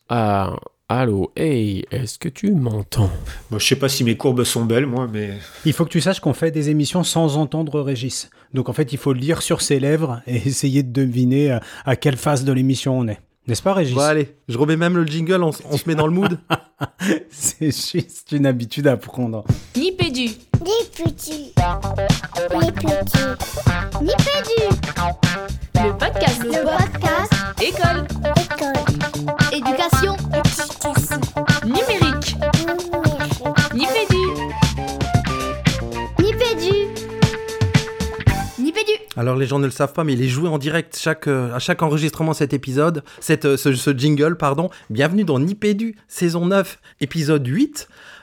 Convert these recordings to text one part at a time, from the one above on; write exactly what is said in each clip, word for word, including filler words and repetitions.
Ah, allô, hey, est-ce que tu m'entends ? Bon, je sais pas si mes courbes sont belles, moi, mais... Il faut que tu saches qu'on fait des émissions sans entendre Régis. Donc en fait, il faut lire sur ses lèvres et essayer de deviner à, à quelle phase de l'émission on est. N'est-ce pas, Régis ? Bon, allez, je remets même le jingle, on, s- on se met dans le mood. C'est juste une habitude à prendre. Nipédu. Les petits. Les petits. Nipédu. Le podcast. Le podcast. École. École. Éducation. Éducation. Numérique. Numérique. Nipédu. Nipédu. Nipédu. Alors les gens ne le savent pas, mais il est joué en direct chaque, euh, à chaque enregistrement de cet épisode, cette, euh, ce, ce jingle, pardon. Bienvenue dans Nipédu, saison neuf, épisode huit,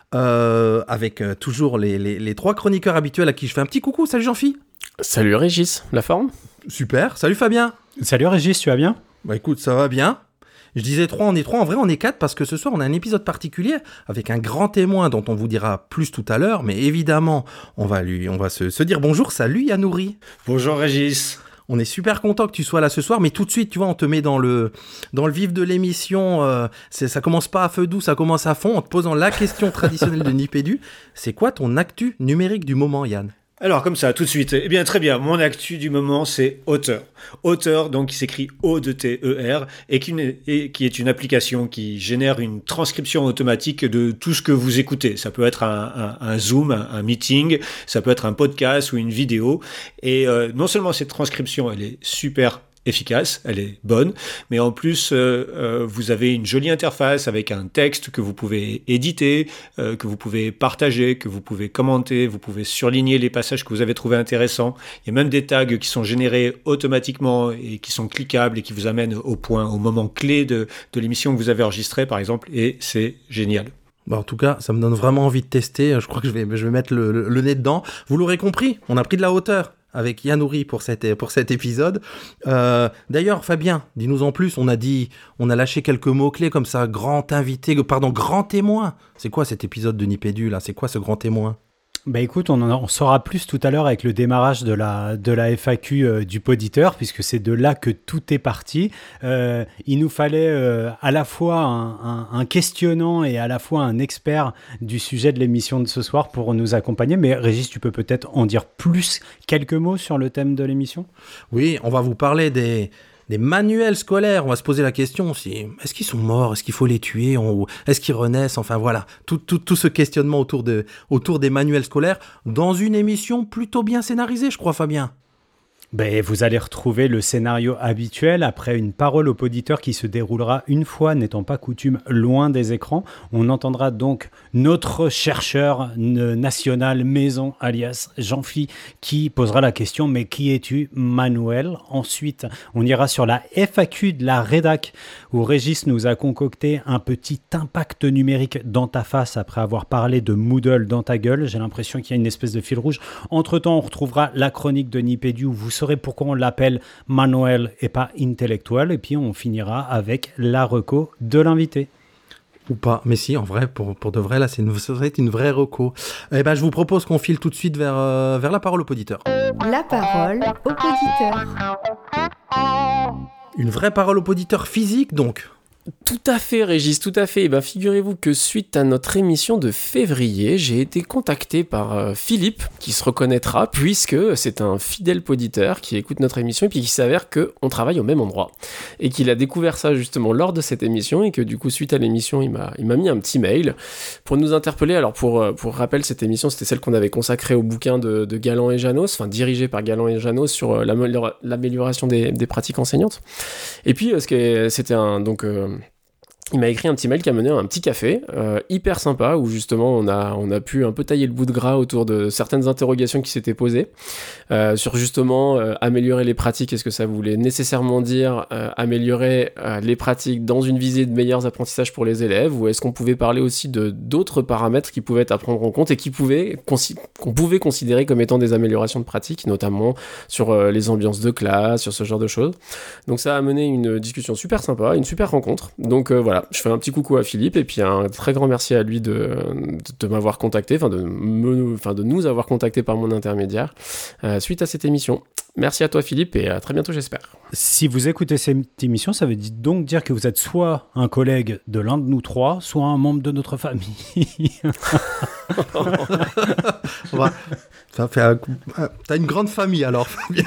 euh, avec euh, toujours les, les, les trois chroniqueurs habituels à qui je fais un petit coucou. Salut Jean-Phi. Salut Régis, la forme ? Super. Salut Fabien. Salut Régis, tu vas bien ? Bah écoute, ça va bien. Je disais trois, on est trois, en vrai on est quatre parce que ce soir on a un épisode particulier avec un grand témoin dont on vous dira plus tout à l'heure, mais évidemment on va lui, on va se, se dire bonjour. Salut Yanouri. Bonjour Régis. On est super content que tu sois là ce soir, mais tout de suite, tu vois, on te met dans le, dans le vif de l'émission. Euh, c'est, ça commence pas à feu doux, ça commence à fond, en te posant la question traditionnelle de Nipédu. C'est quoi ton actu numérique du moment, Yann ? Alors comme ça, tout de suite, eh bien très bien, mon actu du moment c'est Auteur. Auteur, donc qui s'écrit O deux T E R et qui, et qui est une application qui génère une transcription automatique de tout ce que vous écoutez. Ça peut être un, un, un Zoom, un, un meeting, ça peut être un podcast ou une vidéo. Et euh, non seulement cette transcription, elle est super efficace, elle est bonne, mais en plus euh, euh, vous avez une jolie interface avec un texte que vous pouvez éditer, euh, que vous pouvez partager, que vous pouvez commenter, vous pouvez surligner les passages que vous avez trouvés intéressants. Il y a même des tags qui sont générés automatiquement et qui sont cliquables et qui vous amènent au point, au moment clé de, de l'émission que vous avez enregistrée par exemple, et c'est génial. Bah en tout cas, ça me donne vraiment envie de tester. Je crois que je vais, je vais mettre le, le, le nez dedans. Vous l'aurez compris, on a pris de la hauteur avec Yanouri pour, cette, pour cet épisode. Euh, d'ailleurs, Fabien, dis-nous en plus. On a dit, on a lâché quelques mots-clés comme ça. Grand invité, pardon, grand témoin. C'est quoi cet épisode de Nipédu, là ? C'est quoi ce grand témoin ? Bah écoute, on en on saura plus tout à l'heure avec le démarrage de la, de la F A Q euh, du poditeur, puisque c'est de là que tout est parti. Euh, il nous fallait euh, à la fois un, un, un questionnant et à la fois un expert du sujet de l'émission de ce soir pour nous accompagner. Mais Régis, tu peux peut-être en dire plus quelques mots sur le thème de l'émission ? Oui, on va vous parler des... des manuels scolaires. On va se poser la question si est-ce qu'ils sont morts, est-ce qu'il faut les tuer, ou est-ce qu'ils renaissent, enfin voilà, tout, tout, tout ce questionnement autour, de, autour des manuels scolaires dans une émission plutôt bien scénarisée, je crois, Fabien. Ben, vous allez retrouver le scénario habituel après une parole au poditeur qui se déroulera une fois, n'étant pas coutume, loin des écrans. On entendra donc notre chercheur national maison, alias Jean-Phi, qui posera la question « Mais qui es-tu, Manuel ?» Ensuite, on ira sur la F A Q de la rédac, où Régis nous a concocté un petit impact numérique dans ta face après avoir parlé de Moodle dans ta gueule. J'ai l'impression qu'il y a une espèce de fil rouge. Entre-temps, on retrouvera la chronique de Nipédu, où vous saurez pourquoi on l'appelle manuel et pas intellectuel, et puis on finira avec la reco de l'invité. Ou pas, mais si, en vrai, pour, pour de vrai, là, c'est une, ça va être une vraie reco. Eh ben, je vous propose qu'on file tout de suite vers, euh, vers la parole au poditeur. La parole au poditeur. Une vraie parole au poditeur physique, donc. Tout à fait, Régis, tout à fait. Et ben, figurez-vous que suite à notre émission de février, j'ai été contacté par euh, Philippe, qui se reconnaîtra, puisque c'est un fidèle poditeur qui écoute notre émission, et puis qui s'avère qu'on travaille au même endroit. Et qu'il a découvert ça justement lors de cette émission, et que du coup, suite à l'émission, il m'a, il m'a mis un petit mail pour nous interpeller. Alors, pour, pour rappel, cette émission, c'était celle qu'on avait consacrée au bouquin de, de Galland et Janos, enfin, dirigée par Galland et Janos, sur euh, l'amélioration des, des pratiques enseignantes. Et puis, euh, ce que, c'était un... donc euh, il m'a écrit un petit mail qui a mené à un petit café, euh, hyper sympa, où justement on a, on a pu un peu tailler le bout de gras autour de certaines interrogations qui s'étaient posées, euh, sur justement euh, améliorer les pratiques. Est-ce que ça voulait nécessairement dire euh, améliorer euh, les pratiques dans une visée de meilleurs apprentissages pour les élèves, ou est-ce qu'on pouvait parler aussi de d'autres paramètres qui pouvaient être à prendre en compte et qui pouvaient, consi- qu'on pouvait considérer comme étant des améliorations de pratiques, notamment sur euh, les ambiances de classe, sur ce genre de choses. Donc ça a mené une discussion super sympa, une super rencontre. Donc euh, voilà. voilà, je fais un petit coucou à Philippe et puis un très grand merci à lui de, de, de m'avoir contacté, enfin de, me, enfin de nous avoir contacté par mon intermédiaire euh, suite à cette émission. Merci à toi Philippe et à très bientôt j'espère. Si vous écoutez cette émission, ça veut donc dire que vous êtes soit un collègue de l'un de nous trois, soit un membre de notre famille. On va- Ça fait un... T'as une grande famille alors, Fabien.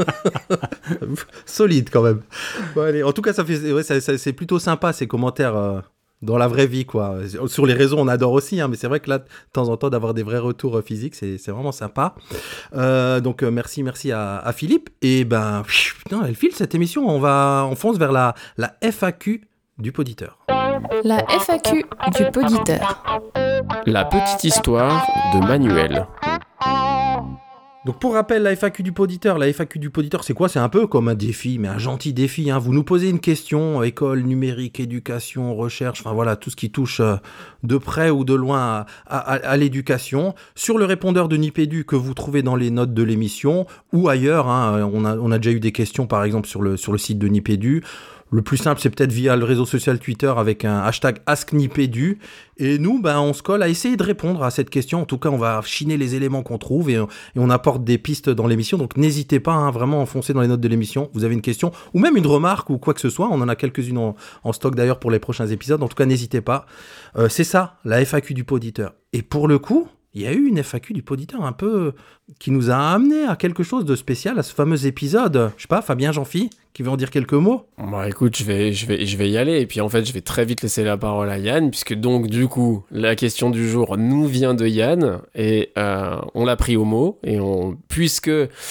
Solide quand même. Bon, allez. En tout cas, ça fait... ouais, ça- ça- c'est plutôt sympa ces commentaires euh, dans la vraie vie, quoi. Sur les réseaux, on adore aussi, hein, mais c'est vrai que là, de temps en temps, d'avoir des vrais retours euh, physiques, c'est, c'est vraiment sympa. Euh, donc, euh, merci, merci à, à Philippe. Et ben, pfiou, putain, elle file cette émission. On va, on fonce vers la, la F A Q du poditeur. La F A Q du poditeur. La petite histoire de Manuel. Donc pour rappel, la F A Q du poditeur, la F A Q du poditeur, c'est quoi ? C'est un peu comme un défi, mais un gentil défi. Hein. Vous nous posez une question, école, numérique, éducation, recherche, enfin voilà, tout ce qui touche euh, de près ou de loin à, à, à l'éducation, sur le répondeur de Nipédu que vous trouvez dans les notes de l'émission, ou ailleurs. Hein. On a, on a déjà eu des questions, par exemple, sur le, sur le site de Nipédu. Le plus simple, c'est peut-être via le réseau social Twitter avec un hashtag AskNipédu. Et nous, ben, on se colle à essayer de répondre à cette question. En tout cas, on va chiner les éléments qu'on trouve et, et on apporte des pistes dans l'émission. Donc, n'hésitez pas, hein, vraiment, à foncer dans les notes de l'émission. Vous avez une question ou même une remarque ou quoi que ce soit. On en a quelques-unes en, en stock d'ailleurs pour les prochains épisodes. En tout cas, n'hésitez pas. Euh, c'est ça, la F A Q du poditeur. Et pour le coup, il y a eu une F A Q du poditeur un peu qui nous a amené à quelque chose de spécial, à ce fameux épisode. Je sais pas, Fabien, Jean-Phi, qui veut en dire quelques mots ? Bon, écoute, je vais, je, vais, je vais y aller, et puis en fait, je vais très vite laisser la parole à Yann, puisque donc, du coup, la question du jour nous vient de Yann, et euh, on l'a pris au mot, et on, puisque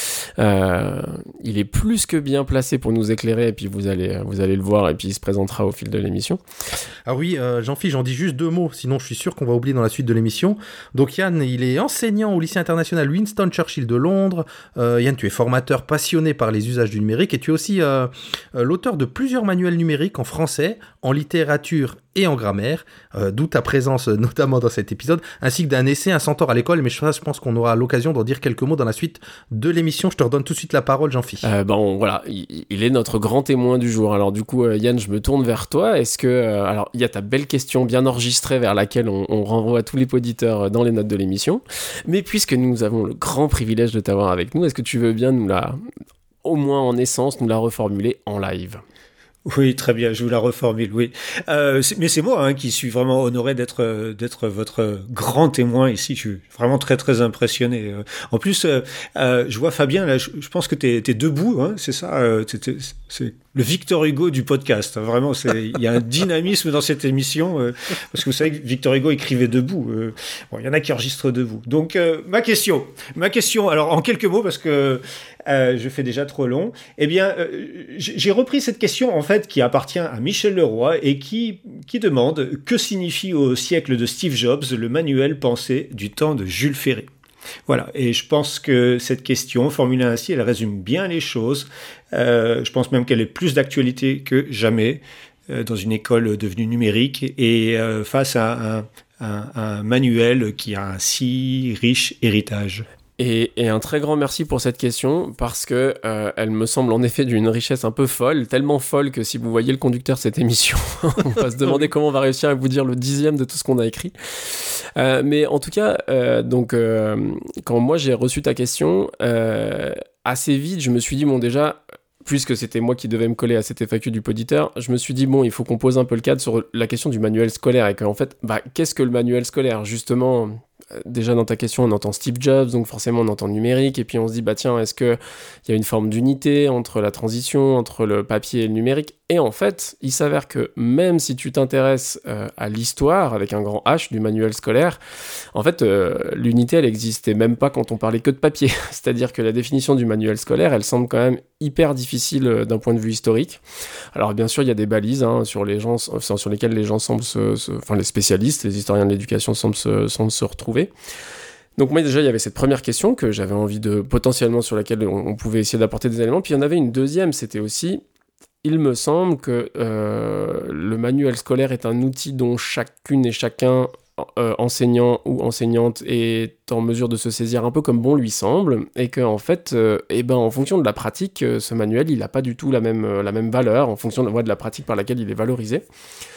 euh, il est plus que bien placé pour nous éclairer, et puis vous allez, vous allez le voir, et puis il se présentera au fil de l'émission. Ah oui, euh, Jean-Phi, j'en dis juste deux mots, sinon je suis sûr qu'on va oublier dans la suite de l'émission. Donc Yann, il est enseignant au lycée international Winston Churchill de Londres. Euh, Yann, tu es formateur passionné par les usages du numérique, et tu es aussi euh, euh, l'auteur de plusieurs manuels numériques en français, en littérature et en grammaire, euh, d'où ta présence euh, notamment dans cet épisode, ainsi que d'un essai, un centaure à l'école, mais je, je pense qu'on aura l'occasion d'en dire quelques mots dans la suite de l'émission. Je te redonne tout de suite la parole, Jean-Phi. Euh, bon, voilà, il, il est notre grand témoin du jour. Alors du coup, euh, Yann, je me tourne vers toi. Est-ce que, euh, alors, il y a ta belle question bien enregistrée vers laquelle on, on renvoie tous les auditeurs dans les notes de l'émission. Mais puisque nous avons le grand privilège de t'avoir avec nous, est-ce que tu veux bien nous la, au moins en essence, nous la reformuler en live ? Oui, très bien, je vous la reformule, oui. Euh, c'est, mais c'est moi hein, qui suis vraiment honoré d'être euh, d'être votre grand témoin ici. Je suis vraiment très très impressionné. Euh, en plus, euh, euh, je vois Fabien là. Je, je pense que t'es t'es debout, hein, c'est ça. Euh, t'es, t'es, c'est le Victor Hugo du podcast. Hein, vraiment, c'est il y a un dynamisme dans cette émission euh, parce que vous savez que Victor Hugo écrivait debout. Euh, bon, il y en a qui enregistrent debout. Donc euh, ma question, ma question. Alors en quelques mots parce que euh, je fais déjà trop long. Eh bien, euh, j'ai repris cette question en fait qui appartient à Michel Leroy et qui, qui demande « Que signifie au siècle de Steve Jobs le manuel pensé du temps de Jules Ferry ?» Voilà, et je pense que cette question, formulée ainsi, elle résume bien les choses. Euh, je pense même qu'elle est plus d'actualité que jamais euh, dans une école devenue numérique et euh, face à un, un, un manuel qui a un si riche héritage. Et, et un très grand merci pour cette question, parce que euh, elle me semble en effet d'une richesse un peu folle, tellement folle que si vous voyez le conducteur de cette émission, on va se demander comment on va réussir à vous dire le dixième de tout ce qu'on a écrit. Euh, mais en tout cas, euh, donc euh, quand moi j'ai reçu ta question, euh, assez vite je me suis dit, bon déjà, puisque c'était moi qui devais me coller à cette F A Q du poditeur, je me suis dit, bon, il faut qu'on pose un peu le cadre sur la question du manuel scolaire, et qu'en fait, bah, qu'est-ce que le manuel scolaire ? Justement, déjà dans ta question, on entend Steve Jobs, donc forcément on entend numérique, et puis on se dit, bah tiens, est-ce qu'il y a une forme d'unité entre la transition, entre le papier et le numérique ? Et en fait, il s'avère que même si tu t'intéresses euh, à l'histoire, avec un grand H du manuel scolaire, en fait, euh, l'unité, elle n'existait même pas quand on parlait que de papier. C'est-à-dire que la définition du manuel scolaire, elle semble quand même hyper difficile euh, d'un point de vue historique. Alors bien sûr, il y a des balises hein, sur, les gens, enfin, sur lesquelles les gens semblent se, se... Enfin, les spécialistes, les historiens de l'éducation semblent se, semblent se retrouver. Donc moi déjà il y avait cette première question que j'avais envie de potentiellement sur laquelle on, on pouvait essayer d'apporter des éléments, puis il y en avait une deuxième, c'était aussi, il me semble que euh, le manuel scolaire est un outil dont chacune et chacun euh, enseignant ou enseignante est en mesure de se saisir un peu comme bon lui semble, et que en fait euh, eh ben, en fonction de la pratique, euh, ce manuel il n'a pas du tout la même, euh, la même valeur en fonction de la, de la pratique par laquelle il est valorisé.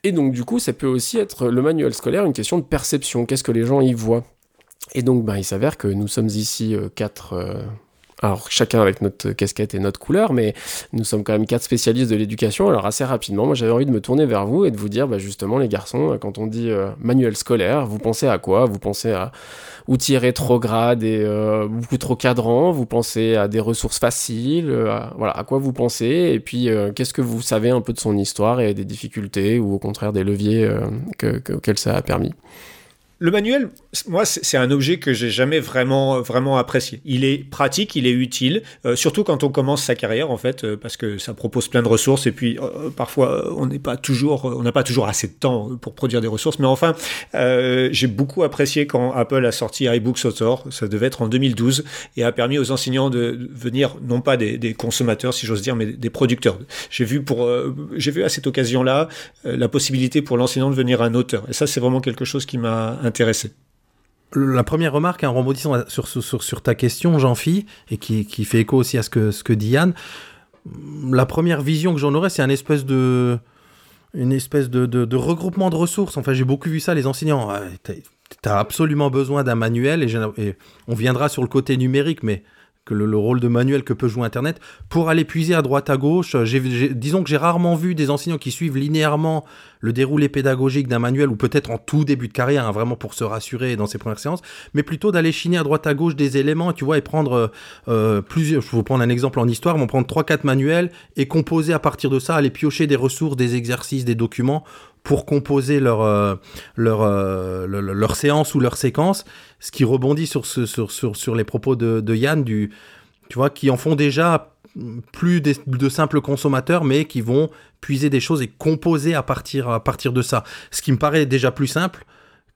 Et donc, du coup, ça peut aussi être le manuel scolaire, une question de perception. Qu'est-ce que les gens y voient ? Et donc, ben, il s'avère que nous sommes ici euh, quatre... Euh, alors, chacun avec notre casquette et notre couleur, mais nous sommes quand même quatre spécialistes de l'éducation. Alors, assez rapidement, moi, j'avais envie de me tourner vers vous et de vous dire, bah, justement, les garçons, quand on dit euh, manuel scolaire, vous pensez à quoi ? Vous pensez à outils rétrogrades et euh, beaucoup trop cadrans ? Vous pensez à des ressources faciles ? euh, à, Voilà, à quoi vous pensez ? Et puis, euh, qu'est-ce que vous savez un peu de son histoire et des difficultés ou au contraire des leviers euh, que, que, auxquels ça a permis ? Le manuel, moi, c'est un objet que j'ai jamais vraiment, vraiment apprécié. Il est pratique, il est utile, euh, surtout quand on commence sa carrière, en fait, euh, parce que ça propose plein de ressources et puis euh, parfois on n'est pas toujours, on n'a pas toujours assez de temps pour produire des ressources. Mais enfin, euh, j'ai beaucoup apprécié quand Apple a sorti iBooks Author. Ça devait être en deux mille douze et a permis aux enseignants de venir non pas des, des consommateurs, si j'ose dire, mais des producteurs. J'ai vu pour, euh, j'ai vu à cette occasion-là euh, la possibilité pour l'enseignant de devenir un auteur. Et ça, c'est vraiment quelque chose qui m'a intéressé. La première remarque, en rebondissant sur, sur, sur ta question, Jean-Phi, et qui, qui fait écho aussi à ce que, ce que dit Yann, la première vision que j'en aurais, c'est une espèce de, une espèce de, de, de regroupement de ressources. Enfin, j'ai beaucoup vu ça, les enseignants. Tu as absolument besoin d'un manuel, et, et on viendra sur le côté numérique, mais que le, le rôle de manuel que peut jouer Internet, pour aller puiser à droite à gauche. J'ai, j'ai, disons que j'ai rarement vu des enseignants qui suivent linéairement le déroulé pédagogique d'un manuel, ou peut-être en tout début de carrière, hein, vraiment pour se rassurer dans ses premières séances, mais plutôt d'aller chiner à droite à gauche des éléments, tu vois, et prendre euh, plusieurs... Je vais vous prendre un exemple en histoire, on prendre trois quatre manuels et composer à partir de ça, aller piocher des ressources, des exercices, des documents, pour composer leur, euh, leur, euh, leur, leur séance ou leur séquence, ce qui rebondit sur, ce, sur, sur, sur les propos de, de Yann, du, tu vois, qui en font déjà plus des, de simples consommateurs, mais qui vont puiser des choses et composer à partir, à partir de ça. Ce qui me paraît déjà plus simple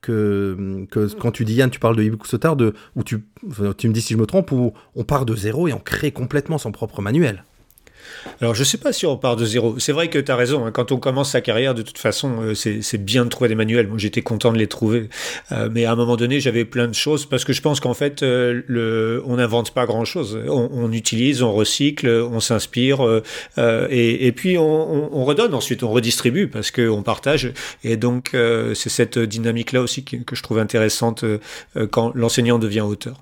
que, que quand tu dis, Yann, tu parles de iBooks Author, de, où tu, tu me dis si je me trompe, où on part de zéro et on crée complètement son propre manuel. Alors, je ne sais pas si on part de zéro. C'est vrai que tu as raison. Hein. Quand on commence sa carrière, de toute façon, euh, c'est, c'est bien de trouver des manuels. Moi, j'étais content de les trouver. Euh, mais à un moment donné, j'avais plein de choses parce que je pense qu'en fait, euh, le, on n'invente pas grand-chose. On, on utilise, on recycle, on s'inspire euh, euh, et, et puis on, on, on redonne ensuite, on redistribue parce qu'on partage. Et donc, euh, c'est cette dynamique-là aussi que, que je trouve intéressante euh, quand l'enseignant devient auteur.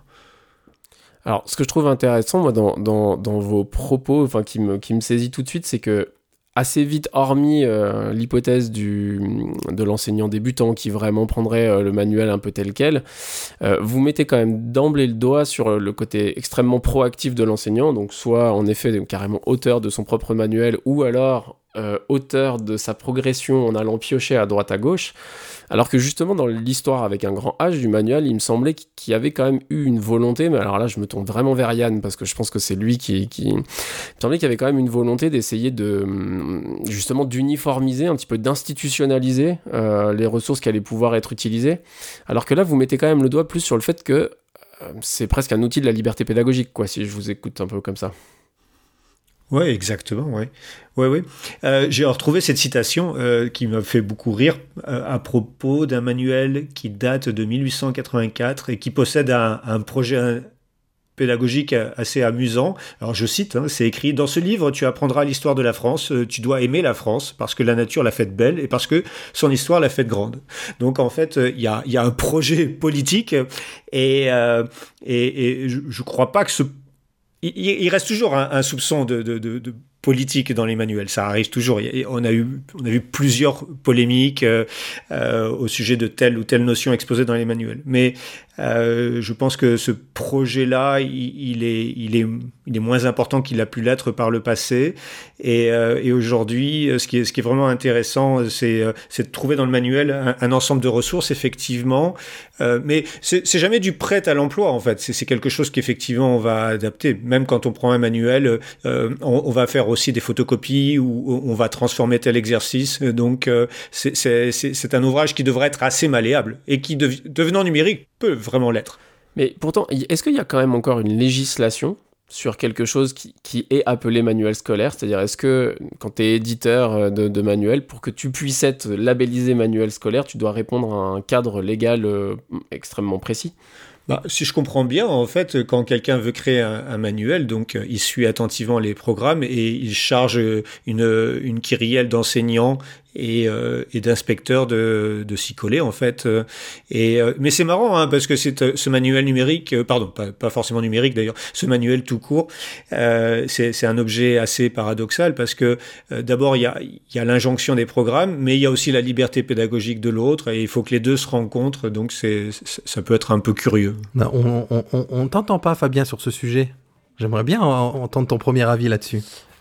Alors, ce que je trouve intéressant, moi, dans, dans, dans vos propos, enfin, qui me, qui me saisit tout de suite, c'est que, assez vite, hormis euh, l'hypothèse du, de l'enseignant débutant qui vraiment prendrait euh, le manuel un peu tel quel, euh, vous mettez quand même d'emblée le doigt sur le côté extrêmement proactif de l'enseignant, donc soit, en effet, carrément auteur de son propre manuel, ou alors euh, auteur de sa progression en allant piocher à droite à gauche. Alors que justement dans l'histoire avec un grand H du manuel, il me semblait qu'il y avait quand même eu une volonté, mais alors là je me tourne vraiment vers Yann parce que je pense que c'est lui qui... qui... Il me semblait qu'il y avait quand même une volonté d'essayer de justement d'uniformiser, un petit peu d'institutionnaliser euh, les ressources qui allaient pouvoir être utilisées. Alors que là vous mettez quand même le doigt plus sur le fait que euh, c'est presque un outil de la liberté pédagogique, quoi, si je vous écoute un peu comme ça. Oui, exactement, oui. Ouais, ouais. Euh, j'ai retrouvé cette citation euh, qui m'a fait beaucoup rire euh, à propos d'un manuel qui date de mille huit cent quatre-vingt-quatre et qui possède un, un projet pédagogique assez amusant. Alors je cite, hein, c'est écrit « Dans ce livre, tu apprendras l'histoire de la France. Tu dois aimer la France parce que la nature l'a faite belle et parce que son histoire l'a faite grande. » Donc en fait, il y a, y a un projet politique et, euh, et, et je ne crois pas que ce... Il, il reste toujours un, un soupçon de, de, de, de politique dans les manuels, ça arrive toujours. On a eu, on a vu plusieurs polémiques euh, euh, au sujet de telle ou telle notion exposée dans les manuels. Mais euh, je pense que ce projet-là, il, il, est, il, est, il est moins important qu'il a pu l'être par le passé. Et, euh, et aujourd'hui, ce qui est, ce qui est vraiment intéressant, c'est, c'est de trouver dans le manuel un, un ensemble de ressources, effectivement. Euh, mais c'est, c'est jamais du prêt à l'emploi, en fait. C'est, c'est quelque chose qu'effectivement on va adapter. Même quand on prend un manuel, euh, on, on va faire aussi des photocopies ou on va transformer tel exercice. Donc, euh, c'est, c'est, c'est, c'est un ouvrage qui devrait être assez malléable et qui, dev- devenant numérique, peut vraiment l'être. Mais pourtant, est-ce qu'il y a quand même encore une législation sur quelque chose qui, qui est appelé manuel scolaire? C'est-à-dire, est-ce que quand tu es éditeur de, de manuel, pour que tu puisses être labellisé manuel scolaire, tu dois répondre à un cadre légal euh, extrêmement précis? Bah, si je comprends bien, en fait, quand quelqu'un veut créer un, un manuel, donc euh, il suit attentivement les programmes et il charge une, une kyrielle d'enseignants et, euh, et d'inspecteurs de, de s'y coller en fait. Et, euh, mais c'est marrant hein, parce que c'est, ce manuel numérique, euh, pardon, pas, pas forcément numérique d'ailleurs, ce manuel tout court, euh, c'est, c'est un objet assez paradoxal parce que euh, d'abord il y a, y a l'injonction des programmes, mais il y a aussi la liberté pédagogique de l'autre et il faut que les deux se rencontrent, donc c'est, ça peut être un peu curieux. Non, on, on, on, on t'entend pas, Fabien, sur ce sujet. J'aimerais bien entendre ton premier avis là-dessus.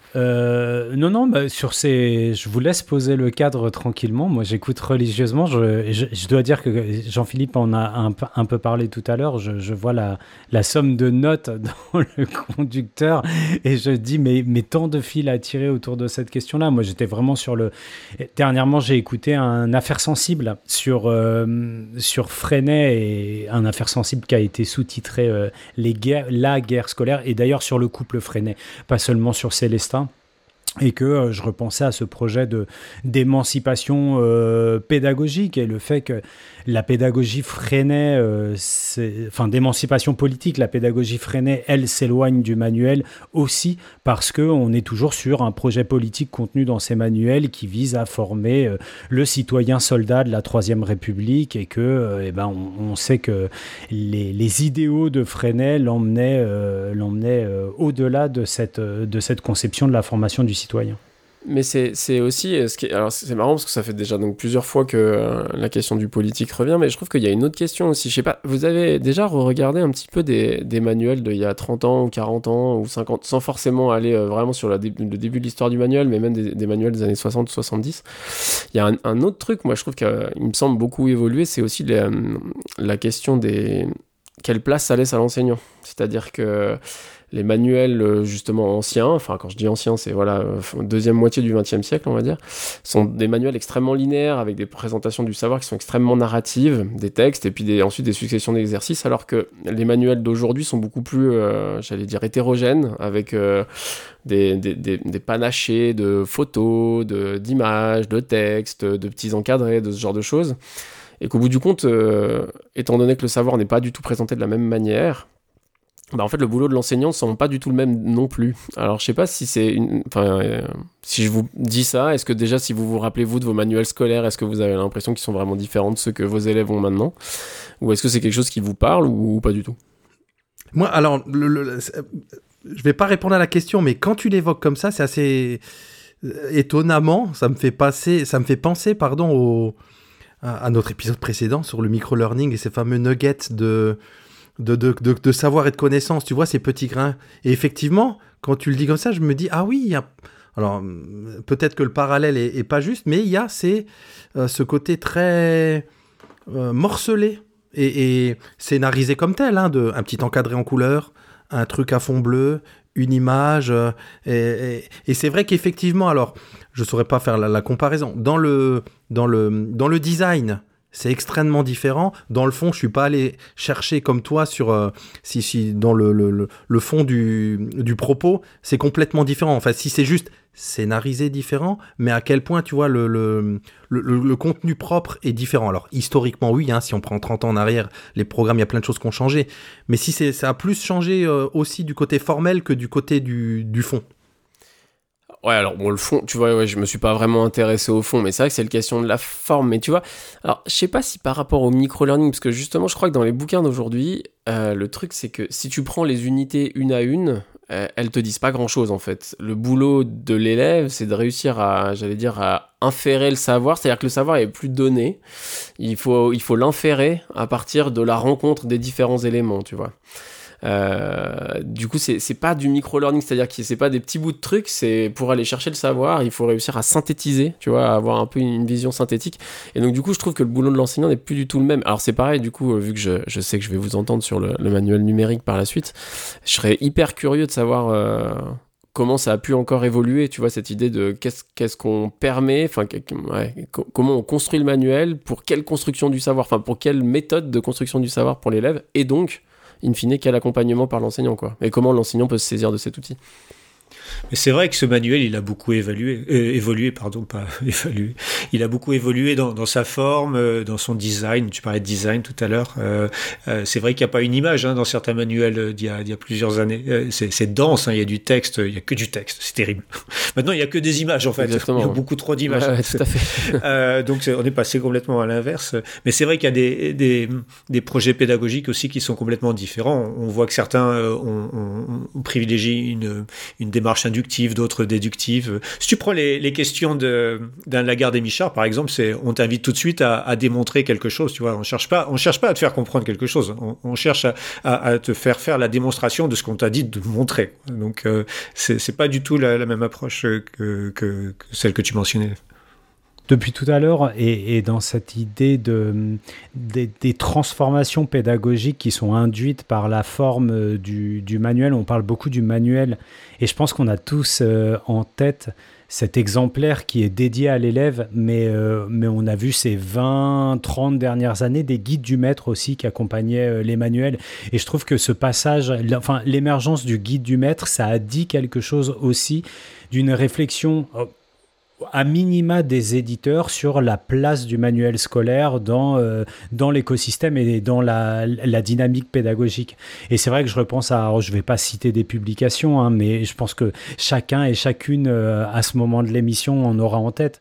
Euh, non, non, bah, sur ces... je vous laisse poser le cadre tranquillement. Moi, j'écoute religieusement. Je, je, je dois dire que Jean-Philippe en a un, un peu parlé tout à l'heure. Je, je vois la, la somme de notes dans le conducteur et je dis, mais, mais tant de fils à tirer autour de cette question-là. Moi, j'étais vraiment sur le... Dernièrement, j'ai écouté un Affaire sensible sur, euh, sur Freinet et un Affaire sensible qui a été sous-titré euh, les guerres, la guerre scolaire et d'ailleurs sur le couple Freinet, pas seulement sur Célestin. Et que euh, je repensais à ce projet de, d'émancipation euh, pédagogique et le fait que la pédagogie freinait, euh, enfin d'émancipation politique, la pédagogie freinait, elle s'éloigne du manuel aussi parce qu'on est toujours sur un projet politique contenu dans ces manuels qui vise à former euh, le citoyen soldat de la Troisième République et que euh, eh ben, on, on sait que les, les idéaux de Freinet l'emmenaient, euh, l'emmenaient euh, au-delà de cette, de cette conception de la formation du citoyen. Mais c'est, c'est aussi... Ce qui est, alors c'est marrant parce que ça fait déjà donc, plusieurs fois que euh, la question du politique revient, mais je trouve qu'il y a une autre question aussi. Je sais pas, vous avez déjà regardé un petit peu des, des manuels d'il y a trente ans ou quarante ans ou cinquante, sans forcément aller euh, vraiment sur la dé- le début de l'histoire du manuel, mais même des, des manuels des années soixante ou soixante-dix. Il y a un, un autre truc, moi je trouve qu'il me semble beaucoup évoluer, c'est aussi les, la question des... Quelle place ça laisse à l'enseignant ? C'est-à-dire que les manuels justement anciens, enfin quand je dis anciens, c'est voilà deuxième moitié du vingtième siècle on va dire, sont des manuels extrêmement linéaires avec des présentations du savoir qui sont extrêmement narratives, des textes et puis des, ensuite des successions d'exercices, alors que les manuels d'aujourd'hui sont beaucoup plus, euh, j'allais dire hétérogènes, avec euh, des, des, des, des panachés de photos, de, d'images, de textes, de petits encadrés, de ce genre de choses, et qu'au bout du compte, euh, étant donné que le savoir n'est pas du tout présenté de la même manière, bah en fait le boulot de l'enseignant ne semble pas du tout le même non plus. Alors je sais pas si c'est une... enfin euh, si je vous dis ça, est-ce que déjà si vous vous rappelez vous de vos manuels scolaires, est-ce que vous avez l'impression qu'ils sont vraiment différents de ceux que vos élèves ont maintenant, ou est-ce que c'est quelque chose qui vous parle ou, ou pas du tout? Moi alors le, le, le, je vais pas répondre à la question, mais quand tu l'évoques comme ça, c'est assez étonnamment, ça me fait passer, ça me fait penser pardon au à notre épisode précédent sur le micro-learning et ces fameux nuggets de De, de, de, de savoir et de connaissance, tu vois, ces petits grains. Et effectivement, quand tu le dis comme ça, je me dis, ah oui, il y a... Alors, peut-être que le parallèle est, est pas juste, mais il y a c'est, euh, ce côté très euh, morcelé et, et scénarisé comme tel, hein, de, un petit encadré en couleur, un truc à fond bleu, une image. Euh, et, et, et c'est vrai qu'effectivement, alors, je ne saurais pas faire la, la comparaison. Dans le, dans le, dans le design, c'est extrêmement différent. Dans le fond, je suis pas allé chercher comme toi sur euh, si, si dans le, le, le, le fond du, du propos, c'est complètement différent. Enfin, si c'est juste scénarisé différent, mais à quel point, tu vois, le, le, le, le contenu propre est différent. Alors, historiquement, oui, hein, si on prend trente ans en arrière, les programmes, il y a plein de choses qui ont changé. Mais si c'est, ça a plus changé euh, aussi du côté formel que du côté du, du fond. Ouais, alors bon, le fond, tu vois, ouais, je me suis pas vraiment intéressé au fond, mais c'est vrai que c'est une question de la forme. Mais tu vois, alors je sais pas si par rapport au micro-learning, parce que justement, je crois que dans les bouquins d'aujourd'hui, euh, le truc c'est que si tu prends les unités une à une, euh, elles te disent pas grand-chose en fait. Le boulot de l'élève, c'est de réussir à, j'allais dire, à inférer le savoir, c'est-à-dire que le savoir est plus donné. Il faut, il faut l'inférer à partir de la rencontre des différents éléments, tu vois. Euh, du coup c'est, c'est pas du micro-learning, c'est-à-dire que c'est pas des petits bouts de trucs, c'est pour aller chercher le savoir, il faut réussir à synthétiser, tu vois, à avoir un peu une vision synthétique, et donc du coup je trouve que le boulot de l'enseignant n'est plus du tout le même. Alors c'est pareil, du coup, vu que je, je sais que je vais vous entendre sur le, le manuel numérique par la suite, je serais hyper curieux de savoir euh, comment ça a pu encore évoluer, tu vois, cette idée de qu'est-ce, qu'est-ce qu'on permet, enfin ouais, co- comment on construit le manuel, pour quelle construction du savoir, enfin pour quelle méthode de construction du savoir pour l'élève, et donc in fine, quel accompagnement par l'enseignant, quoi. Et comment l'enseignant peut se saisir de cet outil. Mais c'est vrai que ce manuel, il a beaucoup évalué, euh, évolué, pardon, pas évalué. Il a beaucoup évolué dans, dans sa forme, euh, dans son design. Tu parlais de design tout à l'heure. Euh, euh, c'est vrai qu'il n'y a pas une image hein, dans certains manuels euh, d'il y a, d'il y a plusieurs années. Euh, c'est, c'est dense, hein, il y a du texte, il n'y a que du texte. C'est terrible. Maintenant, il n'y a que des images, en fait. Exactement. Il y a beaucoup trop d'images. Ouais, ouais, tout à fait. euh, donc, c'est, on est passé complètement à l'inverse. Mais c'est vrai qu'il y a des, des, des projets pédagogiques aussi qui sont complètement différents. On voit que certains euh, ont, ont, ont privilégié une, une démarche inductive, d'autres déductives. Si tu prends les, les questions de, d'un Lagarde et Michard, par exemple, c'est, on t'invite tout de suite à, à démontrer quelque chose. Tu vois, on cherche pas, on cherche pas à te faire comprendre quelque chose. On, on cherche à, à, à te faire faire la démonstration de ce qu'on t'a dit de montrer. Donc, euh, c'est, c'est pas du tout la, la même approche que, que, que celle que tu mentionnais. Depuis tout à l'heure, et, et dans cette idée de, des, des transformations pédagogiques qui sont induites par la forme du, du manuel, on parle beaucoup du manuel, et je pense qu'on a tous euh, en tête cet exemplaire qui est dédié à l'élève, mais, euh, mais on a vu ces vingt, trente dernières années des guides du maître aussi qui accompagnaient euh, les manuels. Et je trouve que ce passage, enfin, l'émergence du guide du maître, ça a dit quelque chose aussi d'une réflexion euh, à minima des éditeurs sur la place du manuel scolaire dans, euh, dans l'écosystème et dans la, la dynamique pédagogique. Et c'est vrai que je repense à, alors je ne vais pas citer des publications, hein, mais je pense que chacun et chacune, euh, à ce moment de l'émission, en aura en tête.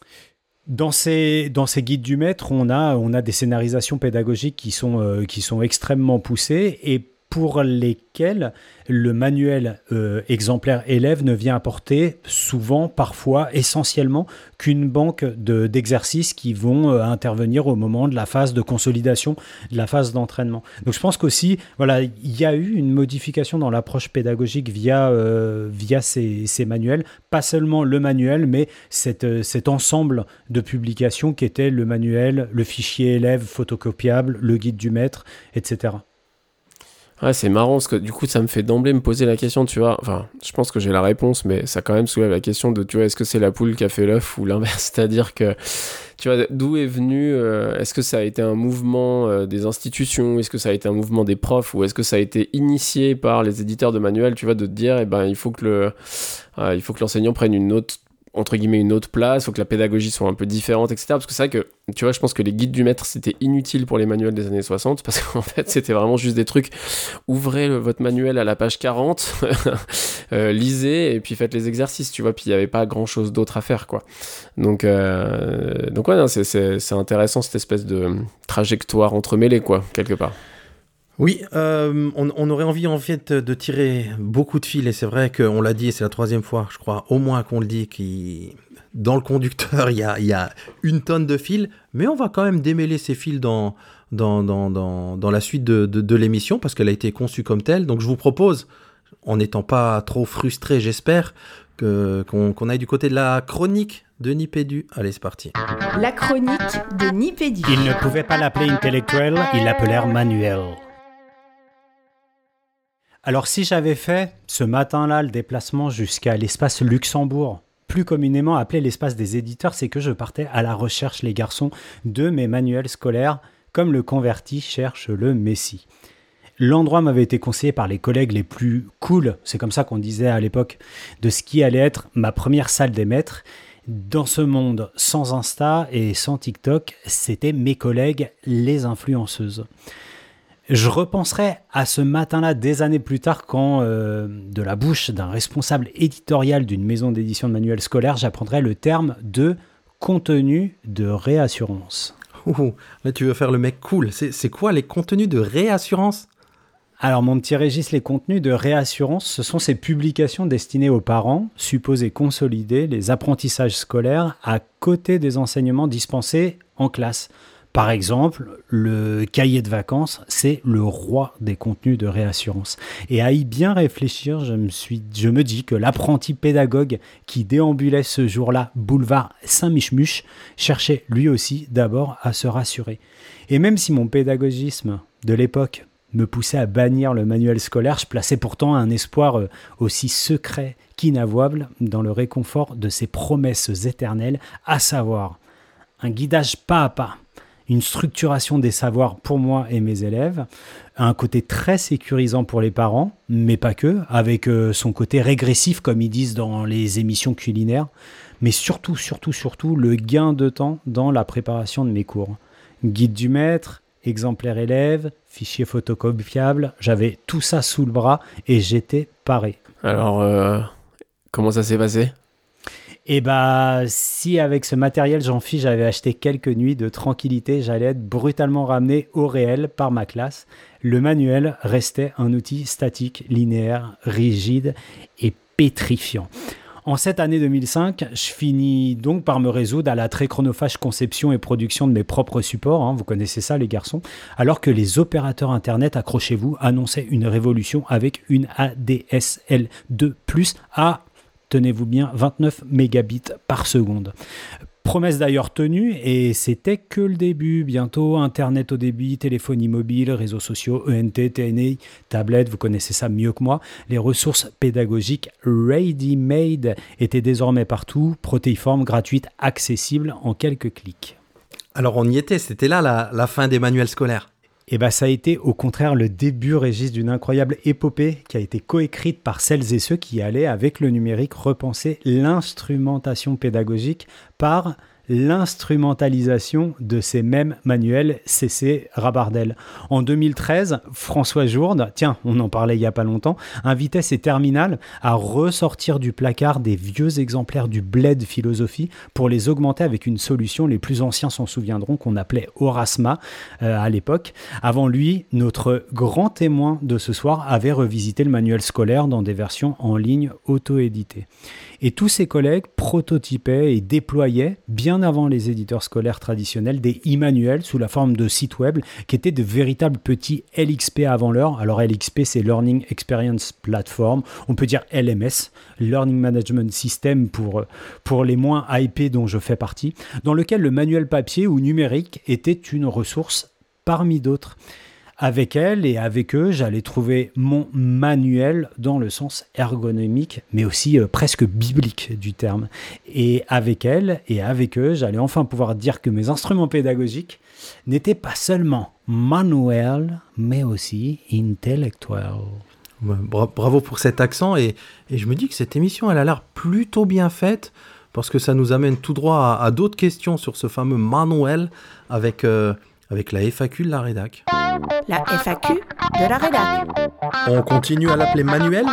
Dans ces, dans ces guides du maître, on a, on a des scénarisations pédagogiques qui sont, euh, qui sont extrêmement poussées et pour lesquels le manuel euh, exemplaire élève ne vient apporter souvent, parfois, essentiellement, qu'une banque de, d'exercices qui vont euh, intervenir au moment de la phase de consolidation, de la phase d'entraînement. Donc je pense qu'aussi, voilà, il y a eu une modification dans l'approche pédagogique via, euh, via ces, ces manuels, pas seulement le manuel, mais cette, cet ensemble de publications qui étaient le manuel, le fichier élève photocopiable, le guide du maître, et cetera. Ouais, c'est marrant parce que du coup, ça me fait d'emblée me poser la question, tu vois. Enfin, je pense que j'ai la réponse, mais ça quand même soulève la question de, tu vois, est-ce que c'est la poule qui a fait l'œuf ou l'inverse? C'est-à-dire que, tu vois, d'où est venu, euh, est-ce que ça a été un mouvement euh, des institutions? Est-ce que ça a été un mouvement des profs? Ou est-ce que ça a été initié par les éditeurs de manuels, tu vois, de te dire, eh ben, il faut que le, euh, il faut que l'enseignant prenne une autre, entre guillemets, une autre place, faut que la pédagogie soit un peu différente, et cetera. Parce que c'est vrai que, tu vois, je pense que les guides du maître, c'était inutile pour les manuels des années soixante, parce qu'en fait, c'était vraiment juste des trucs, ouvrez le, votre manuel à la page quarante, euh, lisez, et puis faites les exercices, tu vois, puis il n'y avait pas grand-chose d'autre à faire, quoi. Donc, euh, donc ouais, non, c'est, c'est, c'est intéressant, cette espèce de trajectoire entremêlée, quoi, quelque part. Oui, euh, on, on aurait envie en fait de tirer beaucoup de fils et c'est vrai qu'on l'a dit et c'est la troisième fois, je crois, au moins qu'on le dit, qui dans le conducteur il y a, il y a une tonne de fils, mais on va quand même démêler ces fils dans, dans, dans, dans, dans la suite de, de, de l'émission parce qu'elle a été conçue comme telle. Donc je vous propose, en n'étant pas trop frustré, j'espère, que, qu'on, qu'on aille du côté de la chronique de Nipédu. Allez, c'est parti. La chronique de Nipédu. Ils ne pouvaient pas l'appeler intellectuel, ils l'appelèrent manuel. Alors si j'avais fait ce matin-là le déplacement jusqu'à l'espace Luxembourg, plus communément appelé l'espace des éditeurs, c'est que je partais à la recherche, les garçons, de mes manuels scolaires, comme le converti cherche le Messie. L'endroit m'avait été conseillé par les collègues les plus cool, c'est comme ça qu'on disait à l'époque, de ce qui allait être ma première salle des maîtres. Dans ce monde sans Insta et sans TikTok, c'était mes collègues, les influenceuses. Je repenserai à ce matin-là des années plus tard quand, euh, de la bouche d'un responsable éditorial d'une maison d'édition de manuels scolaires, j'apprendrai le terme de contenu de réassurance. Ouh, là tu veux faire le mec cool. C'est, c'est quoi les contenus de réassurance ? Alors mon petit Régis, les contenus de réassurance, ce sont ces publications destinées aux parents, supposées consolider les apprentissages scolaires à côté des enseignements dispensés en classe. Par exemple, le cahier de vacances, c'est le roi des contenus de réassurance. Et à y bien réfléchir, je me, suis, je me dis que l'apprenti pédagogue qui déambulait ce jour-là boulevard Saint-Michmuche cherchait lui aussi d'abord à se rassurer. Et même si mon pédagogisme de l'époque me poussait à bannir le manuel scolaire, je plaçais pourtant un espoir aussi secret qu'inavouable dans le réconfort de ses promesses éternelles, à savoir un guidage pas à pas, une structuration des savoirs pour moi et mes élèves, un côté très sécurisant pour les parents, mais pas que, avec euh, son côté régressif, comme ils disent dans les émissions culinaires, mais surtout, surtout, surtout, le gain de temps dans la préparation de mes cours. Guide du maître, exemplaire élève, fichier photocopiable, j'avais tout ça sous le bras et j'étais paré. Alors, euh, comment ça s'est passé ? Et bah, si avec ce matériel, Jean-Phi, j'avais acheté quelques nuits de tranquillité, j'allais être brutalement ramené au réel par ma classe. Le manuel restait un outil statique, linéaire, rigide et pétrifiant. En cette année deux mille cinq, je finis donc par me résoudre à la très chronophage conception et production de mes propres supports, hein, vous connaissez ça les garçons, alors que les opérateurs Internet, accrochez-vous, annonçaient une révolution avec une A D S L deux plus à, tenez-vous bien, vingt-neuf mégabits par seconde. Promesse d'ailleurs tenue, et c'était que le début. Bientôt, Internet au débit, téléphonie mobile, réseaux sociaux, E N T, T N I, tablette, vous connaissez ça mieux que moi. Les ressources pédagogiques ready-made étaient désormais partout, protéiformes, gratuites, accessibles en quelques clics. Alors on y était, c'était là la, la fin des manuels scolaires. Et bah ça a été au contraire le début, Régis, d'une incroyable épopée qui a été coécrite par celles et ceux qui allaient, avec le numérique, repenser l'instrumentation pédagogique par l'instrumentalisation de ces mêmes manuels C C Rabardel. En deux mille treize, François Jourde, tiens, on en parlait il n'y a pas longtemps, invitait ses terminales à ressortir du placard des vieux exemplaires du Bled Philosophie pour les augmenter avec une solution, les plus anciens s'en souviendront, qu'on appelait Aurasma euh, à l'époque. Avant lui, notre grand témoin de ce soir avait revisité le manuel scolaire dans des versions en ligne auto-éditées. Et tous ses collègues prototypaient et déployaient, bien avant les éditeurs scolaires traditionnels, des e-manuels sous la forme de sites web qui étaient de véritables petits L X P avant l'heure. Alors L X P, c'est Learning Experience Platform. On peut dire L M S, Learning Management System pour, pour les moins hypés dont je fais partie, dans lequel le manuel papier ou numérique était une ressource parmi d'autres. Avec elle et avec eux, j'allais trouver mon manuel dans le sens ergonomique, mais aussi euh, presque biblique du terme. Et avec elle et avec eux, j'allais enfin pouvoir dire que mes instruments pédagogiques n'étaient pas seulement manuels, mais aussi intellectuels. Bravo pour cet accent, et, et je me dis que cette émission, elle a l'air plutôt bien faite, parce que ça nous amène tout droit à, à d'autres questions sur ce fameux manuel avec... Euh, avec la F A Q de la rédac. La F A Q de la rédac. On continue à l'appeler manuel.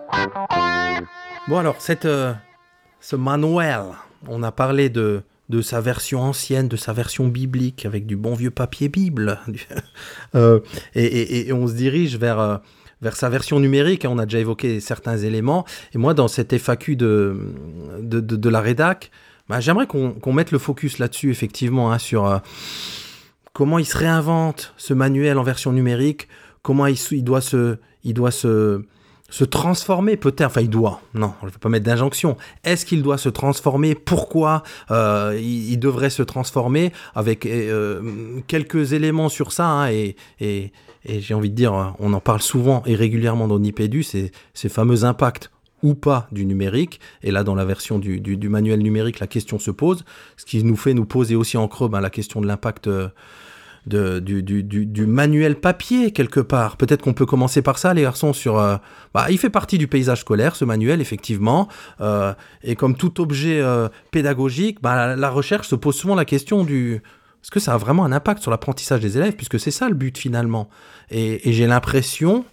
Bon alors, cette, euh, ce manuel, on a parlé de, de sa version ancienne, de sa version biblique, avec du bon vieux papier Bible. euh, et, et, et on se dirige vers... Euh, vers sa version numérique, on a déjà évoqué certains éléments. Et moi, dans cette F A Q de, de, de, de la rédac, bah, j'aimerais qu'on, qu'on mette le focus là-dessus, effectivement, hein, sur... Euh, comment il se réinvente, ce manuel en version numérique, comment il, il doit, se, il doit se, se transformer peut-être, enfin il doit, non, je ne vais pas mettre d'injonction, est-ce qu'il doit se transformer, pourquoi euh, il, il devrait se transformer, avec euh, quelques éléments sur ça, hein, et, et, et j'ai envie de dire, on en parle souvent et régulièrement dans Nipédu, c'est ces fameux impacts ou pas du numérique, et là dans la version du, du, du manuel numérique, la question se pose, ce qui nous fait nous poser aussi en creux ben, la question de l'impact de, du, du, du, du manuel papier quelque part. Peut-être qu'on peut commencer par ça les garçons, sur, euh, bah, il fait partie du paysage scolaire ce manuel effectivement, euh, et comme tout objet euh, pédagogique, bah, la, la recherche se pose souvent la question du... Est-ce que ça a vraiment un impact sur l'apprentissage des élèves, puisque c'est ça le but finalement, et, et j'ai l'impression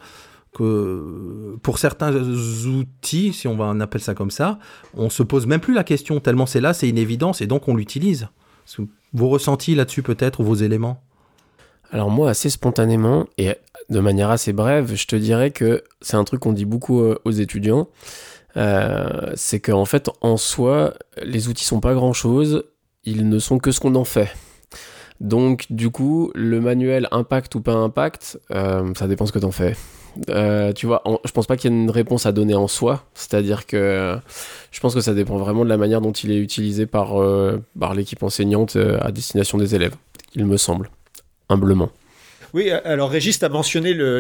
que pour certains outils, si on va en appeler ça comme ça, on se pose même plus la question, tellement c'est là, c'est une évidence, et donc on l'utilise. Vos ressentis là-dessus peut-être, ou vos éléments? Alors moi, assez spontanément, et de manière assez brève, je te dirais que c'est un truc qu'on dit beaucoup aux étudiants, euh, c'est qu'en fait, en soi, les outils sont pas grand-chose, ils ne sont que ce qu'on en fait. Donc du coup, le manuel impact ou pas impact, euh, ça dépend ce que t'en fais. Euh, tu vois, en, je pense pas qu'il y ait une réponse à donner en soi, c'est-à-dire que euh, je pense que ça dépend vraiment de la manière dont il est utilisé par, euh, par l'équipe enseignante euh, à destination des élèves, il me semble, humblement. Oui, alors Régis, tu as mentionné le, le,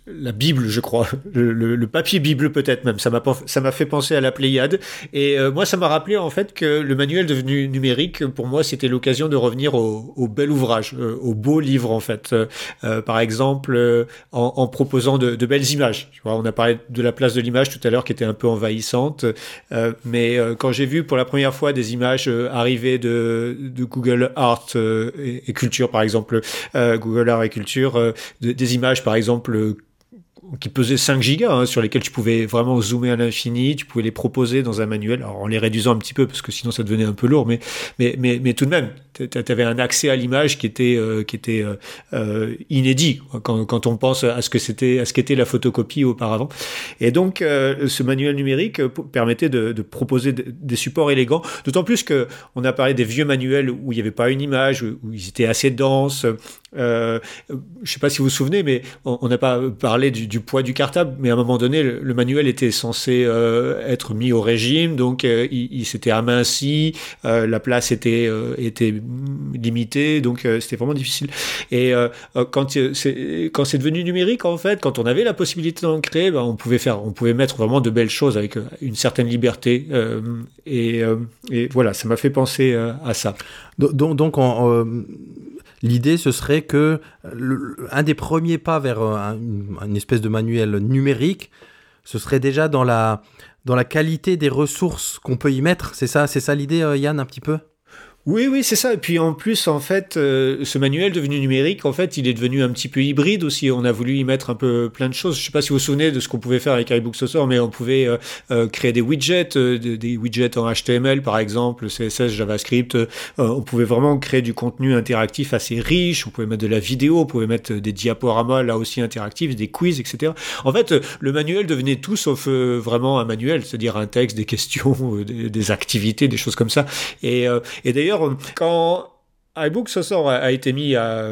la Bible, je crois, le, le, le papier Bible peut-être même. Ça m'a ça m'a fait penser à la Pléiade. Et euh, moi, ça m'a rappelé en fait que le manuel devenu numérique, pour moi, c'était l'occasion de revenir au, au bel ouvrage, euh, au beau livre en fait. Euh, par exemple, euh, en, en proposant de, de belles images. Tu vois, on a parlé de la place de l'image tout à l'heure qui était un peu envahissante, euh, mais euh, quand j'ai vu pour la première fois des images euh, arriver de, de Google Art euh, et, et Culture, par exemple, euh, Google Art et Culture, euh, de, des images par exemple euh, qui pesaient cinq gigas, hein, sur lesquels tu pouvais vraiment zoomer à l'infini, tu pouvais les proposer dans un manuel, alors en les réduisant un petit peu, parce que sinon ça devenait un peu lourd, mais, mais, mais, mais tout de même, tu avais un accès à l'image qui était, euh, qui était euh, euh, inédit, quand, quand on pense à ce que c'était, à ce qu'était la photocopie auparavant. Et donc, euh, ce manuel numérique permettait de, de proposer des supports élégants, d'autant plus que on a parlé des vieux manuels où il n'y avait pas une image, où ils étaient assez denses. Euh, je ne sais pas si vous vous souvenez, mais on n'a pas parlé du, du poids du cartable, mais à un moment donné, le, le manuel était censé euh, être mis au régime, donc euh, il, il s'était aminci, euh, la place était, euh, était limitée, donc euh, c'était vraiment difficile. Et euh, quand c'est, quand c'est devenu numérique, en fait, quand on avait la possibilité d'en créer, ben, on pouvait faire, on pouvait mettre vraiment de belles choses avec une certaine liberté. Euh, et, euh, et voilà, ça m'a fait penser euh, à ça. Donc, donc en, euh... l'idée, ce serait que le, un des premiers pas vers un, une espèce de manuel numérique, ce serait déjà dans la, dans la qualité des ressources qu'on peut y mettre. C'est ça, c'est ça l'idée, Yann, un petit peu ? Oui, oui, c'est ça. Et puis en plus, en fait, euh, ce manuel devenu numérique, en fait, il est devenu un petit peu hybride aussi. On a voulu y mettre un peu plein de choses. Je sais pas si vous vous souvenez de ce qu'on pouvait faire avec iBook Saucer, mais on pouvait euh, euh, créer des widgets, euh, des, des widgets en H T M L par exemple, C S S, JavaScript. Euh, on pouvait vraiment créer du contenu interactif assez riche. On pouvait mettre de la vidéo, on pouvait mettre des diaporamas là aussi interactifs, des quiz, et cetera. En fait, le manuel devenait tout sauf euh, vraiment un manuel, c'est-à-dire un texte, des questions, euh, des, des activités, des choses comme ça. Et, euh, et d'ailleurs, quand iBook Saucer a, a été mis à,